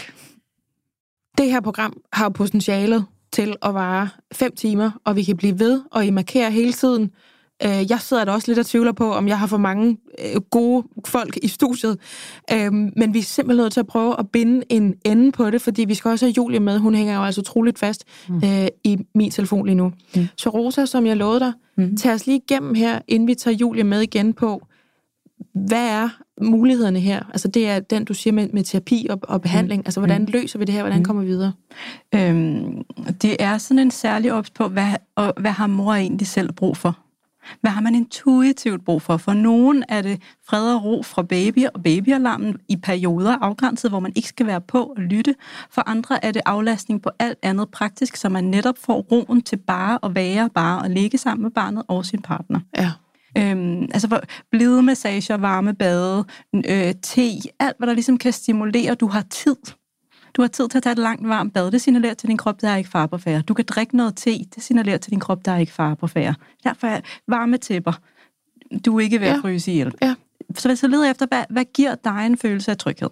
[SPEAKER 3] Det her program har potentialet til at vare fem timer, og vi kan blive ved, og I markerer hele tiden. Jeg sidder da også lidt og tvivler på, om jeg har for mange gode folk i studiet. Men vi er simpelthen nødt til at prøve at binde en ende på det, fordi vi skal også have Julie med. Hun hænger jo altså utroligt fast mm. i min telefon lige nu. Mm. Så Rosa, som jeg lovede dig, mm. tag os lige igennem her, inden vi tager Julie med igen på, hvad er mulighederne her? Altså det er den, du siger med, med terapi og, og behandling. Mm. Altså hvordan mm. løser vi det her? Hvordan mm. kommer vi videre?
[SPEAKER 4] Øhm, det er sådan en særlig ops på, hvad, og, hvad har mor egentlig selv brug for? Hvad har man intuitivt brug for? For nogen er det fred og ro fra baby og babyalarmen i perioder afgrænset, hvor man ikke skal være på og lytte. For andre er det aflastning på alt andet praktisk, så man netop får roen til bare at være, bare at ligge sammen med barnet og sin partner.
[SPEAKER 3] Ja.
[SPEAKER 4] Øhm, altså blide massager, varme bade, øh, te, alt hvad der ligesom kan stimulere. Du har tid. Du har tid til at tage et langt varmt bad. Det signalerer til din krop, der er ikke fare på færre. Du kan drikke noget te. Det signalerer til din krop, der er ikke fare på færre. Derfor er varme tæpper. Du er ikke ved at fryse ihjel.
[SPEAKER 3] Ja.
[SPEAKER 4] Så hvis jeg leder efter, hvad, hvad giver dig en følelse af tryghed?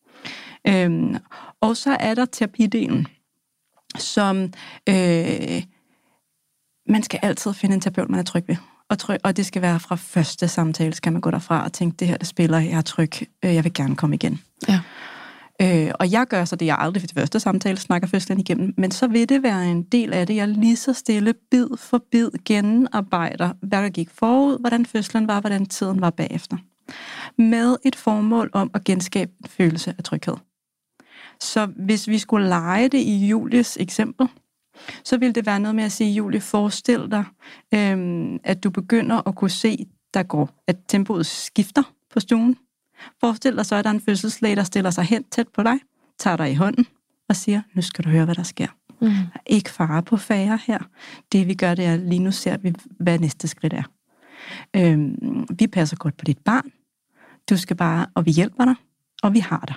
[SPEAKER 4] Øhm, og så er der terapidelen, som øh, man skal altid finde en terapeut, man er tryg ved. Og, tryg, og det skal være fra første samtale, skal man gå derfra og tænke, det her, det spiller, jeg er tryg, øh, jeg vil gerne komme igen.
[SPEAKER 3] Ja.
[SPEAKER 4] Øh, og jeg gør så det, jeg aldrig for det første samtale snakker fødslen igennem, men så vil det være en del af det, jeg lige så stille, bid for bid, gennemarbejder, hvad der gik forud, hvordan fødslen var, hvordan tiden var bagefter. Med et formål om at genskabe en følelse af tryghed. Så hvis vi skulle lege det i Julies eksempel, så vil det være noget med at sige, Julie, forestil dig, øhm, at du begynder at kunne se, der går, at tempoet skifter på stuen. Forestil dig så, at der er en fødselslæge, der stiller sig hen tæt på dig, tager dig i hånden og siger, nu skal du høre, hvad der sker. Mm. Der er ikke fare på færre her. Det vi gør, det er, lige nu ser vi, hvad næste skridt er. Øhm, vi passer godt på dit barn. Du skal bare, og vi hjælper dig, og vi har dig.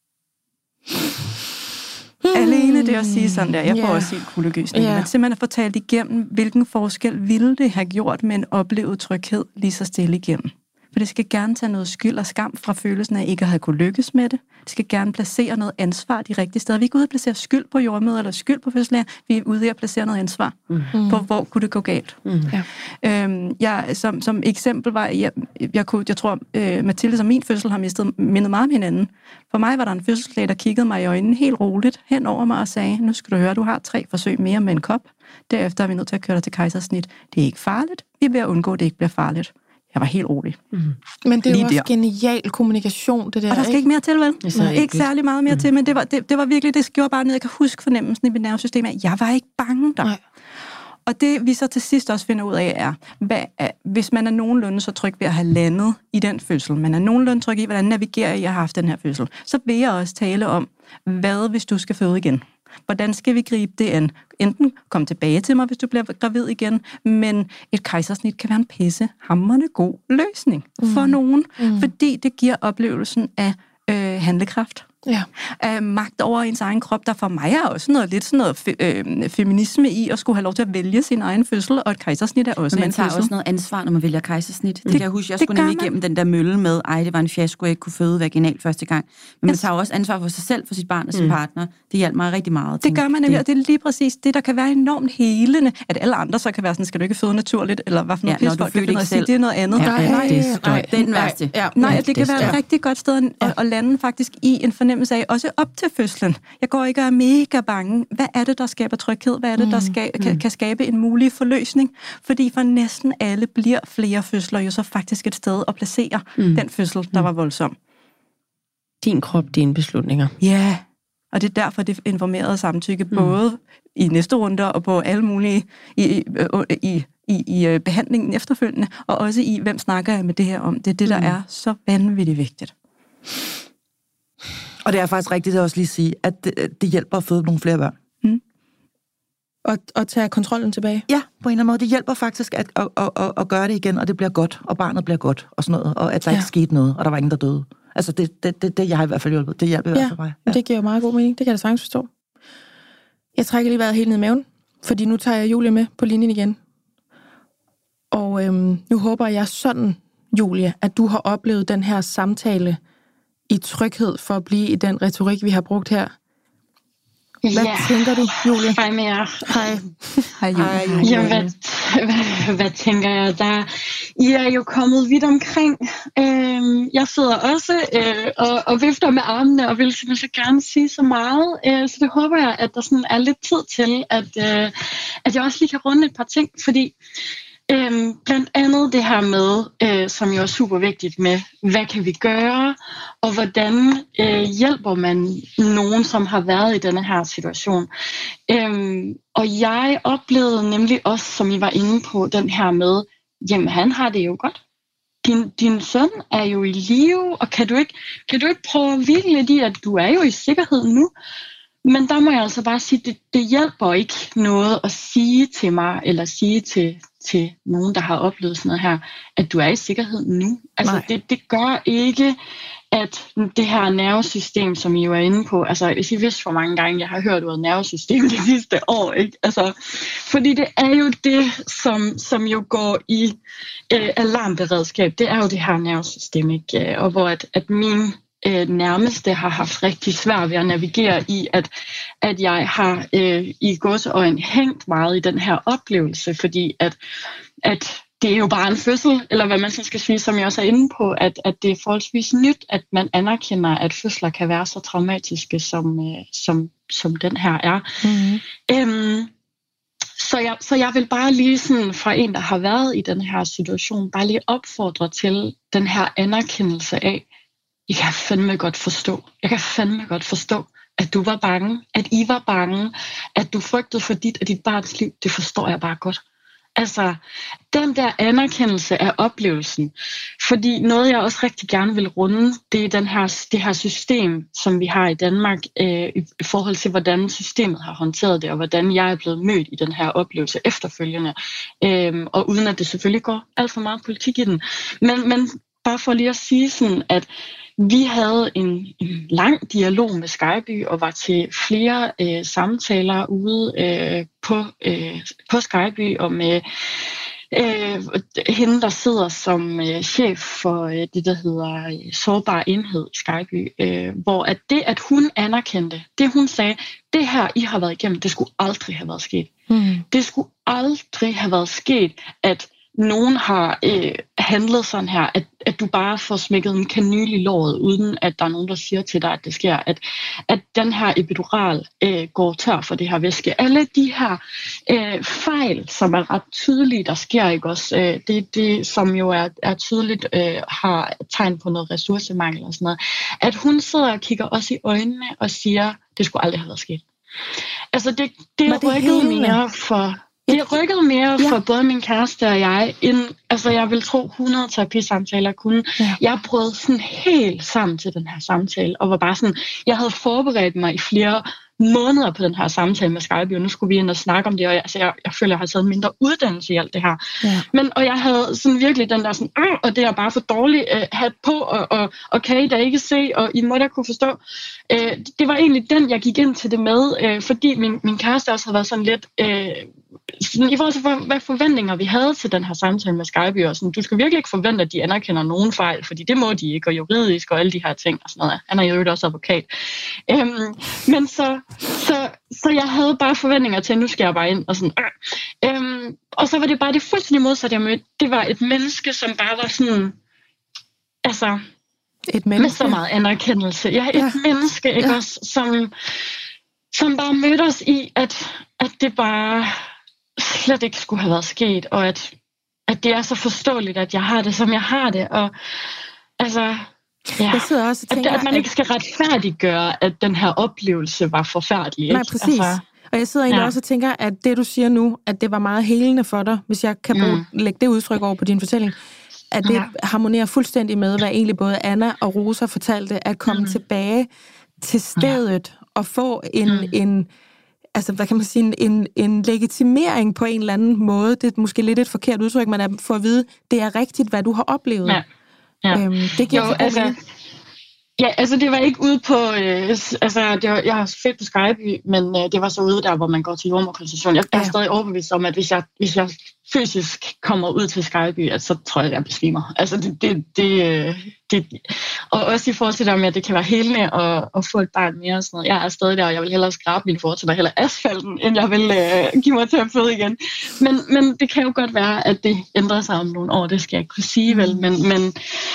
[SPEAKER 4] Mm. Alene det at sige sådan der, jeg får yeah. også helt kuldegysning, yeah. men simpelthen at fortalt igennem, hvilken forskel ville det have gjort med en oplevet tryghed lige så stille igennem. For det skal gerne tage noget skyld og skam fra følelsen af ikke at have kunne lykkes med det. Det skal gerne placere noget ansvar de rigtige steder. Vi er ikke ude at placere skyld på jordmøder eller skyld på fødselslæger. Vi er ude at placere noget ansvar mm. på, hvor kunne det gå galt. Mm. Ja. Øhm, jeg, som, som eksempel var, jeg, jeg, kunne, jeg tror, øh, Mathilde som min fødsel har mistet, mindet meget om hinanden. For mig var der en fødselslæge, der kiggede mig i øjnene helt roligt hen over mig og sagde, nu skal du høre, du har tre forsøg mere med en kop. Derefter er vi nødt til at køre dig til kejsersnit. Det er ikke farligt. Vi er ved at undgå, at det ikke bliver farligt. Jeg var helt rolig. Mm.
[SPEAKER 3] Men det er
[SPEAKER 4] lige
[SPEAKER 3] jo også
[SPEAKER 4] der.
[SPEAKER 3] Genial kommunikation, det der.
[SPEAKER 4] Og der skal ikke, ikke mere til, vel? Ikke, ikke særlig meget mere mm. til, men det var, det, det var virkelig, det gjorde bare noget. Jeg kan huske fornemmelsen i mit nervesystem, at jeg var ikke bange der. Nej. Og det vi så til sidst også finder ud af er, hvad er, hvis man er nogenlunde så tryg ved at have landet i den fødsel, man er nogenlunde tryg i, hvordan navigerer jeg har haft den her fødsel, så vil jeg også tale om, hvad hvis du skal føde igen? Hvordan skal vi gribe det an? Enten komme tilbage til mig, hvis du bliver gravid igen, men et kejsersnit kan være en pisse hamrende god løsning mm. for nogen, mm. fordi det giver oplevelsen af øh, handlekraft. Ja. Af magt over ens egen krop, der for mig er også noget, lidt sådan noget fe, øh, feminisme i at skulle have lov til at vælge sin egen fødsel, og et kejsersnit er også
[SPEAKER 5] men man
[SPEAKER 4] en
[SPEAKER 5] tager
[SPEAKER 4] fødsel.
[SPEAKER 5] også noget ansvar, når man vælger kejsersnit. Det, det kan jeg huske, jeg skulle nemlig igennem den der mølle med, ej, det var en fiasko, jeg ikke kunne føde vaginalt første gang. Men man tager også ansvar for sig selv, for sit barn og sin mm. partner. Det hjalp mig rigtig meget.
[SPEAKER 4] Det gør man nemlig, og det er lige præcis det, der kan være enormt helende, at alle andre så kan være sådan, skal du ikke føde naturligt, eller hvad for noget
[SPEAKER 5] ja,
[SPEAKER 4] pis, folk kan sige, det er noget andet.
[SPEAKER 5] Ja, nej, nej, det er den værste.
[SPEAKER 4] Ja, nej, det kan være et rigtig godt sted at, at lande faktisk i en fornemmelse af, også op til fødslen. Jeg går ikke og er mega bange. Hvad er det, der skaber tryghed? Hvad er det, der ska- mm. kan, kan skabe en mulig forløsning? Fordi for næsten alle bliver flere fødsler jo så faktisk et sted at placere mm. den fødsel, der var voldsom.
[SPEAKER 2] Din krop, dine beslutninger.
[SPEAKER 4] Ja, yeah. Og det er derfor, det informerede samtykke, mm. både i næste runde og på alle mulige i, i, i, i behandlingen efterfølgende, og også i, hvem snakker jeg med det her om. Det er det, der mm. er så vanvittigt vigtigt.
[SPEAKER 6] Og det er faktisk rigtigt at også lige sige, at det, det hjælper at føde nogle flere børn. Mm.
[SPEAKER 3] Og, og tage kontrollen tilbage?
[SPEAKER 6] Ja, på en eller anden måde. Det hjælper faktisk at, at, at, at, at gøre det igen, og det bliver godt, og barnet bliver godt, og sådan noget, og at der ja. ikke skete noget, og der var ingen, der døde. Altså, det, det, det, det jeg har i hvert fald hjulpet. Det hjælper i
[SPEAKER 3] ja,
[SPEAKER 6] hvert fald mig.
[SPEAKER 3] Ja, det giver jo meget god mening. Det kan jeg da sagtens forstå. Jeg trækker lige vejret helt ned i maven, fordi nu tager jeg Julie med på linjen igen. Og øhm, nu håber jeg sådan, Julie, at du har oplevet den her samtale i tryghed for at blive i den retorik, vi har brugt her. Hvad
[SPEAKER 1] ja.
[SPEAKER 3] tænker du, Julie?
[SPEAKER 1] Hej med jer.
[SPEAKER 3] Hej.
[SPEAKER 4] Hej, Julie.
[SPEAKER 1] Ja, hvad, hvad, hvad tænker jeg? Der, I er jo kommet vidt omkring. Øh, jeg sidder også øh, og, og vifter med armene og vil simpelthen så gerne sige så meget. Øh, så det håber jeg, at der sådan er lidt tid til, at, øh, at jeg også lige kan runde et par ting. Fordi Øhm, blandt andet det her med, øh, som jo er super vigtigt med, hvad kan vi gøre, og hvordan øh, hjælper man nogen, som har været i denne her situation. Øhm, og jeg oplevede nemlig også, som I var inde på, den her med, jamen han har det jo godt. Din, din søn er jo i live, og kan du ikke, kan du ikke prøve at hvile lidt i, at du er jo i sikkerhed nu? Men der må jeg altså bare sige, det, det hjælper ikke noget at sige til mig, eller sige til, til nogen, der har oplevet sådan noget her, at du er i sikkerhed nu. Altså det, det gør ikke, at det her nervesystem, som I jo er inde på, altså hvis I vidste, hvor mange gange jeg har hørt ordet nervesystem de sidste år, ikke? Altså, fordi det er jo det, som, som jo går i øh, alarmberedskab, det er jo det her nervesystem, ikke? Og hvor at, at min øh, nærmeste har haft rigtig svært ved at navigere i, at, at jeg har øh, i gåseøjne hængt meget i den her oplevelse, fordi at, at det er jo bare en fødsel, eller hvad man så skal sige, som jeg også er inde på, at, at det er forholdsvis nyt, at man anerkender, at fødsler kan være så traumatiske, som, øh, som, som den her er. Mm-hmm. Øhm, så, jeg, så jeg vil bare lige sådan, fra en, der har været i den her situation, bare lige opfordre til den her anerkendelse af, jeg kan fandme godt forstå, jeg kan fandme godt forstå, at du var bange, at I var bange, at du frygtede for dit og dit barns liv, det forstår jeg bare godt. Altså, den der anerkendelse af oplevelsen, fordi noget, jeg også rigtig gerne vil runde, det er den her, det her system, som vi har i Danmark, øh, i forhold til, hvordan systemet har håndteret det, og hvordan jeg er blevet mødt i den her oplevelse efterfølgende, øh, og uden at det selvfølgelig går alt for meget politik i den. Men, men bare for lige at sige sådan, at vi havde en, en lang dialog med Skejby og var til flere øh, samtaler ude øh, på, øh, på Skejby og med øh, hende, der sidder som øh, chef for øh, det, der hedder øh, Sårbar Enhed i Skejby, øh, hvor at det, at hun anerkendte, det hun sagde, det her, I har været igennem, det skulle aldrig have været sket. Mm. Det skulle aldrig have været sket, at nogen har øh, handlet sådan her, at, at du bare får smækket en kanyle i låret, uden at der er nogen, der siger til dig, at det sker. At, at den her epidural øh, går tør for det her væske. Alle de her øh, fejl, som er ret tydelige, der sker, ikke også? Øh, det, det, som jo er, er tydeligt, øh, har tegn på noget ressourcemangel og sådan noget. At hun sidder og kigger os i øjnene og siger, det skulle aldrig have været sket. Altså, det, det er rykket mere for... Det rykkede mere for ja. både min kæreste og jeg, end, altså jeg vil tro hundrede terapisamtaler kunne. Ja. Jeg brød sådan helt sammen til den her samtale, og var bare sådan, jeg havde forberedt mig i flere måneder på den her samtale med Skejby, og nu skulle vi ind og snakke om det, og jeg, altså jeg, jeg føler, jeg har taget mindre uddannelse i alt det her. Ja. Men, og jeg havde sådan virkelig den der sådan, øh, og det er bare for dårligt øh, hat på, og, og, og kan I da ikke se, og I må da kunne forstå. Øh, det var egentlig den, jeg gik ind til det med, øh, fordi min, min kæreste også havde været sådan lidt, øh, sådan, i forhold til for, hvad forventninger vi havde til den her samtale med Skejby, og sådan, du skal virkelig ikke forvente, at de anerkender nogen fejl, fordi det må de ikke, og juridisk og alle de her ting og sådan noget. Han er jo også advokat. Øh, men så Så, så jeg havde bare forventninger til, at nu skal jeg bare ind og sådan. Øh. Øhm, og så var det bare det fuldstændig modsatte, jeg mødte. Det var et menneske, som bare var sådan, altså,
[SPEAKER 3] et menneske.
[SPEAKER 1] Med så meget anerkendelse. Ja, et ja. menneske, ikke ja. også, som, som bare mødte os i, at, at det bare slet ikke skulle have været sket, og at, at det er så forståeligt, at jeg har det, som jeg har det, og altså... Ja. Jeg sidder også og tænker, at, at man ikke skal retfærdiggøre, at den her oplevelse var forfærdelig.
[SPEAKER 3] Nej, præcis. Altså, og jeg sidder egentlig ja. også og tænker, at det du siger nu, at det var meget helende for dig, hvis jeg kan bruge, mm. lægge det udtryk over på din fortælling, at det ja. harmonerer fuldstændig med, hvad egentlig både Anna og Rosa fortalte, at komme mm. tilbage til stedet ja. og få en, mm. en altså, hvad kan man sige, en, en legitimering på en eller anden måde. Det er måske lidt et forkert udtryk, men at få at vide, det er rigtigt, hvad du har oplevet. Ja. Ja. Øhm, det giver jo, altså,
[SPEAKER 1] ja, altså det var ikke ude på, øh, altså det var, jeg har fedt på Skejby, men øh, det var så ude der, hvor man går til jordemoderkonsultation. Jeg er ja. stadig overbevist om, at hvis jeg, hvis jeg fysisk kommer ud til Skejby, at så tror jeg, at jeg besvimer. Altså det, det, det, det, og også i forhold til det med, at det kan være helende at, at få et barn mere og sådan noget. Jeg er stadig der, og jeg vil hellere skrabe mine fortæller heller asfalten, end jeg vil øh, give mig til at føde igen. Men, men det kan jo godt være, at det ændrer sig om nogle år, det skal jeg ikke kunne sige vel, men, men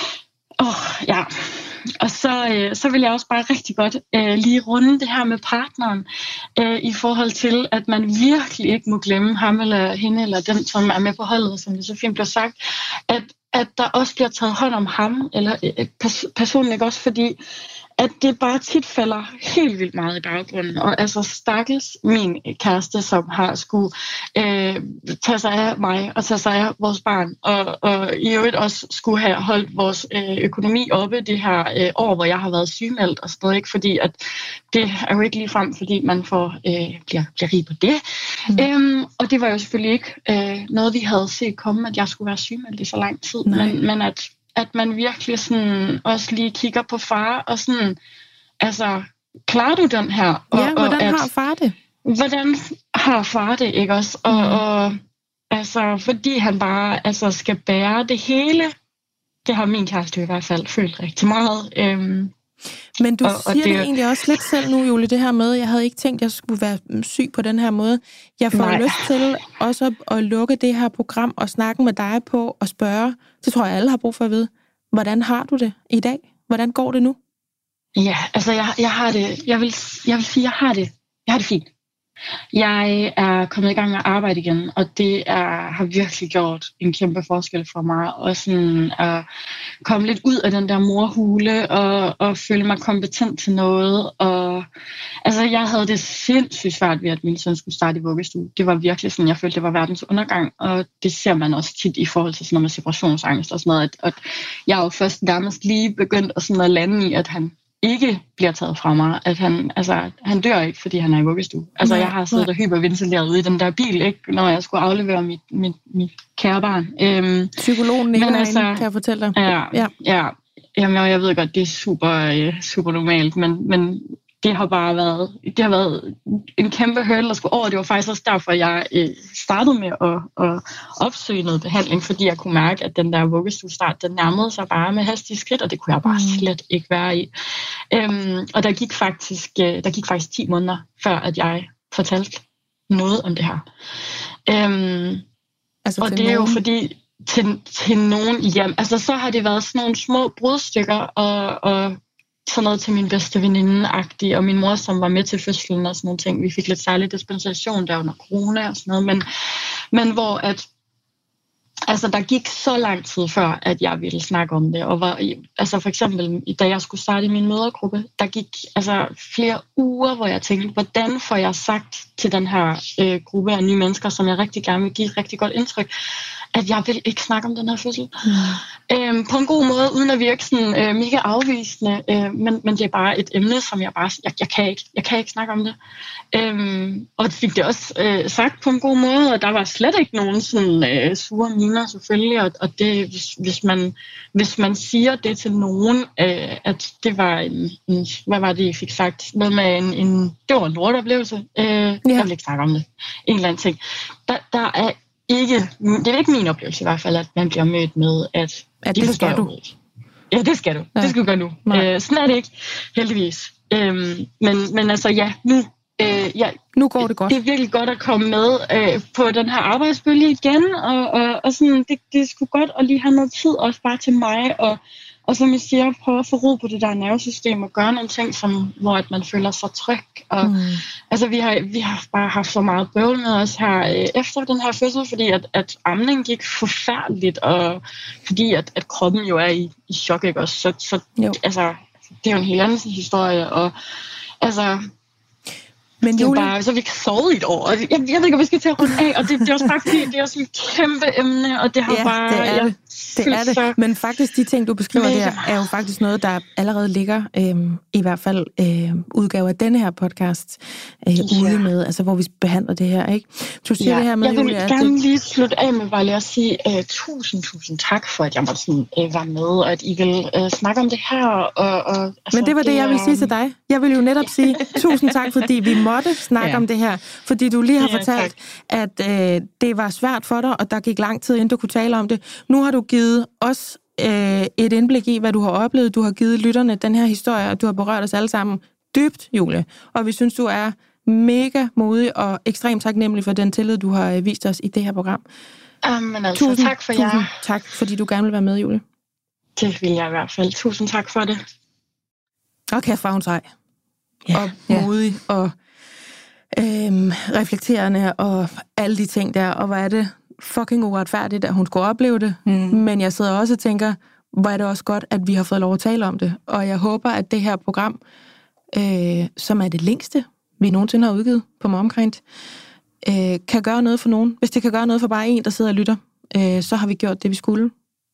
[SPEAKER 1] åh, ja... Og så, øh, så vil jeg også bare rigtig godt øh, lige runde det her med partneren øh, i forhold til, at man virkelig ikke må glemme ham eller hende eller den, som er med på holdet, som det så fint bliver sagt, at, at der også bliver taget hånd om ham eller øh, pers- personen, ikke også, fordi at det bare tit falder helt vildt meget i baggrunden. Og altså stakkels min kæreste, som har skulle øh, tage sig af mig og tage sig af vores barn, og, og i øvrigt også skulle have holdt vores øh, økonomi oppe det her øh, år, hvor jeg har været sygemeldt og sådan noget, ikke? Fordi at det er jo ikke lige frem, fordi man får, øh, bliver, bliver rig på det. Mm. Øhm, og det var jo selvfølgelig ikke øh, noget, vi havde set komme, at jeg skulle være sygemeldt i så lang tid, men, men at at man virkelig sådan også lige kigger på far og sådan, altså, klarer du den her? Og,
[SPEAKER 3] ja, hvordan
[SPEAKER 1] og at,
[SPEAKER 3] har far det?
[SPEAKER 1] Hvordan har far det, ikke også? Og, mm. og altså, fordi han bare altså, skal bære det hele, det har min kæreste i hvert fald følt rigtig meget. Øhm,
[SPEAKER 3] Men du og, siger og det, det egentlig også lidt selv nu, Julie, det her med, jeg havde ikke tænkt, at jeg skulle være syg på den her måde. Jeg får Nej. lyst til også at, at lukke det her program og snakke med dig på og spørge, det tror jeg alle har brug for at vide, hvordan har du det i dag? Hvordan går det nu?
[SPEAKER 1] Ja, altså jeg, jeg har det, jeg vil, jeg vil sige, jeg har det, jeg har det fint. Jeg er kommet i gang med at arbejde igen, og det er, har virkelig gjort en kæmpe forskel for mig. Og sådan at komme lidt ud af den der morhule og, og føle mig kompetent til noget. Og, altså, jeg havde det sindssygt svært ved, at min søn skulle starte i vuggestue. Det var virkelig sådan, jeg følte, det var verdens undergang. Og det ser man også tit i forhold til sådan noget med separationsangst og sådan noget. At, at jeg er jo først nærmest lige begyndt at, sådan at lande i, at han ikke bliver taget fra mig, at han, altså, han dør ikke, fordi han er i vuggestue. Altså, jeg har siddet og hyperventileret ude i den der bil, ikke, når jeg skulle aflevere mit, mit, mit kære barn. Øhm,
[SPEAKER 3] Psykologen ikke altså, kan jeg fortælle dig.
[SPEAKER 1] Ja, ja. ja. Jamen, jeg ved godt, det er super, super normalt, men, men det har bare været, det har været en kæmpe hurdle at skulle over. Det var faktisk også derfor, jeg startede med at, at opsøge noget behandling, fordi jeg kunne mærke, at den der vuggestuestart, den nærmede sig bare med hastige skridt, og det kunne jeg bare slet ikke være i. Øhm, og der gik faktisk, der gik faktisk ti måneder, før at jeg fortalte noget om det her. Øhm, altså og det er nogen? Jo fordi, til, til nogen hjem, altså så har det været sådan nogle små brudstykker, og, og sådan noget til min bedste veninde-agtig, og min mor, som var med til fødslen og sådan nogle ting. Vi fik lidt særlig dispensation der under corona og sådan noget, men, men hvor at, altså der gik så lang tid før, at jeg ville snakke om det, og var, altså for eksempel, da jeg skulle starte min mødergruppe, der gik altså flere uger, hvor jeg tænkte, hvordan får jeg sagt til den her øh, gruppe af nye mennesker, som jeg rigtig gerne vil give et rigtig godt indtryk, at jeg vil ikke snakke om den her fødsel. Mm. Øhm, på en god måde, uden at virke sådan øh, mega afvisende, øh, men, men det er bare et emne, som jeg bare, jeg, jeg, kan, ikke, jeg kan ikke snakke om det. Øhm, og det fik det også øh, sagt på en god måde, og der var slet ikke nogen sådan øh, sure miner selvfølgelig, og, og det, hvis, hvis, man, hvis man siger det til nogen, øh, at det var en, en, hvad var det, I fik sagt? Noget med en, en det var en lortoplevelse. Øh, ja. Jeg vil ikke snakke om det. En eller anden ting. Der, der er ikke, det er ikke min oplevelse i hvert fald, at man bliver mødt med, at,
[SPEAKER 3] at det skal du.
[SPEAKER 1] Ikke. Ja, det skal du. Ja. Det skal du gøre nu. Øh, sådan er det ikke, heldigvis. Øhm, men, men altså ja, nu, øh, ja,
[SPEAKER 3] nu går det godt.
[SPEAKER 1] Det er virkelig godt at komme med øh, på den her arbejdsbølge igen, og, og, og sådan, det, det er sgu godt at lige have noget tid også bare til mig, og Og som jeg siger, prøve at få ro på det der nervesystem og gøre nogle ting, som, hvor at man føler sig tryg. Og, mm. altså, vi har, vi har bare haft så meget bøvl med os her øh, efter den her fødsel, fordi at, at amningen gik forfærdeligt, og fordi at, at kroppen jo er i, i chok, ikke? Og så, så altså, det er jo en helt anden historie. Og altså... Men det er bare, så vi kan sove i et år. Jeg, jeg ved ikke, om vi skal til at runde af, og det, det er også bare fordi, det er også et kæmpe emne, og det har
[SPEAKER 3] ja,
[SPEAKER 1] bare...
[SPEAKER 3] det er det. Det er det. Så... Men faktisk, de ting, du beskriver der, er jo faktisk noget, der allerede ligger, øhm, i hvert fald øh, udgave af denne her podcast, øh, ja. ude med, altså hvor vi behandler det her, ikke? Du siger ja. det her med,
[SPEAKER 1] jeg vil
[SPEAKER 3] Julia,
[SPEAKER 1] gerne
[SPEAKER 3] det...
[SPEAKER 1] lige slutte af med bare lige at sige uh, tusind, tusind tak for, at jeg måtte sådan, uh, være med, og at I vil uh, snakke om det her. Og, og, altså,
[SPEAKER 3] Men det var det, det jeg ville sige til dig. Jeg vil jo netop sige tusind tak, fordi vi måtte snakke ja. om det her, fordi du lige har ja, fortalt, tak. at øh, det var svært for dig, og der gik lang tid, inden du kunne tale om det. Nu har du givet os øh, et indblik i, hvad du har oplevet. Du har givet lytterne den her historie, og du har berørt os alle sammen dybt, Julie. Og vi synes, du er mega modig og ekstremt taknemmelig for den tillid, du har vist os i det her program.
[SPEAKER 1] Amen, altså, tusind, tak for
[SPEAKER 3] tusind
[SPEAKER 1] jer.
[SPEAKER 3] tak, fordi du gerne vil være med, Julie.
[SPEAKER 1] Det vil jeg i hvert fald. Tusind tak for det.
[SPEAKER 3] Og kæft, var hun sej. Ja, og modig, ja. og øhm, reflekterende, og alle de ting der. Og hvor er det fucking uretfærdigt, at hun skulle opleve det. Mm. Men jeg sidder også og tænker, hvor er det også godt, at vi har fået lov at tale om det. Og jeg håber, at det her program, øh, som er det længste, vi nogensinde har udgivet på MomKind, øh, kan gøre noget for nogen. Hvis det kan gøre noget for bare en, der sidder og lytter, øh, så har vi gjort det, vi skulle.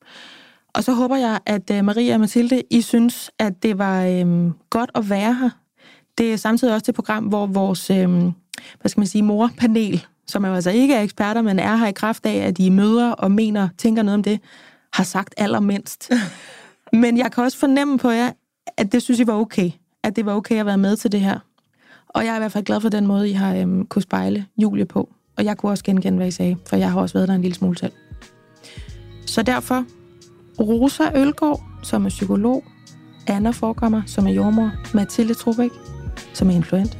[SPEAKER 3] Og så håber jeg, at øh, Maria og Mathilde, I synes, at det var øh, godt at være her. Det er samtidig også det program, hvor vores, øh, hvad skal man sige, morpanel, som jo altså ikke er eksperter, men er her i kraft af, at I møder og mener, tænker noget om det, har sagt allermindst. Men jeg kan også fornemme på jer, at det synes I var okay. At det var okay at være med til det her. Og jeg er i hvert fald glad for den måde, I har øh, kunne spejle Julie på. Og jeg kunne også genkende, hvad I sagde, for jeg har også været der en lille smule selv. Så derfor, Rosa Ølgaard, som er psykolog, Anna Forekommer, som er jordmor, Mathilde Trubæk, som er influent,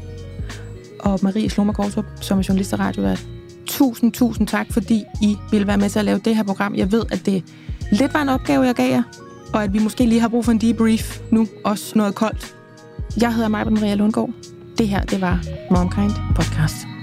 [SPEAKER 3] og Marie Sloma Gårdrup, som er journalist og radiovært. Tusind, tusind tak, fordi I ville være med til at lave det her program. Jeg ved, at det lidt var en opgave, jeg gav jer, og at vi måske lige har brug for en debrief nu, også noget koldt. Jeg hedder Maj-Britt Maria Lundgaard. Det her, det var MomKind Podcast.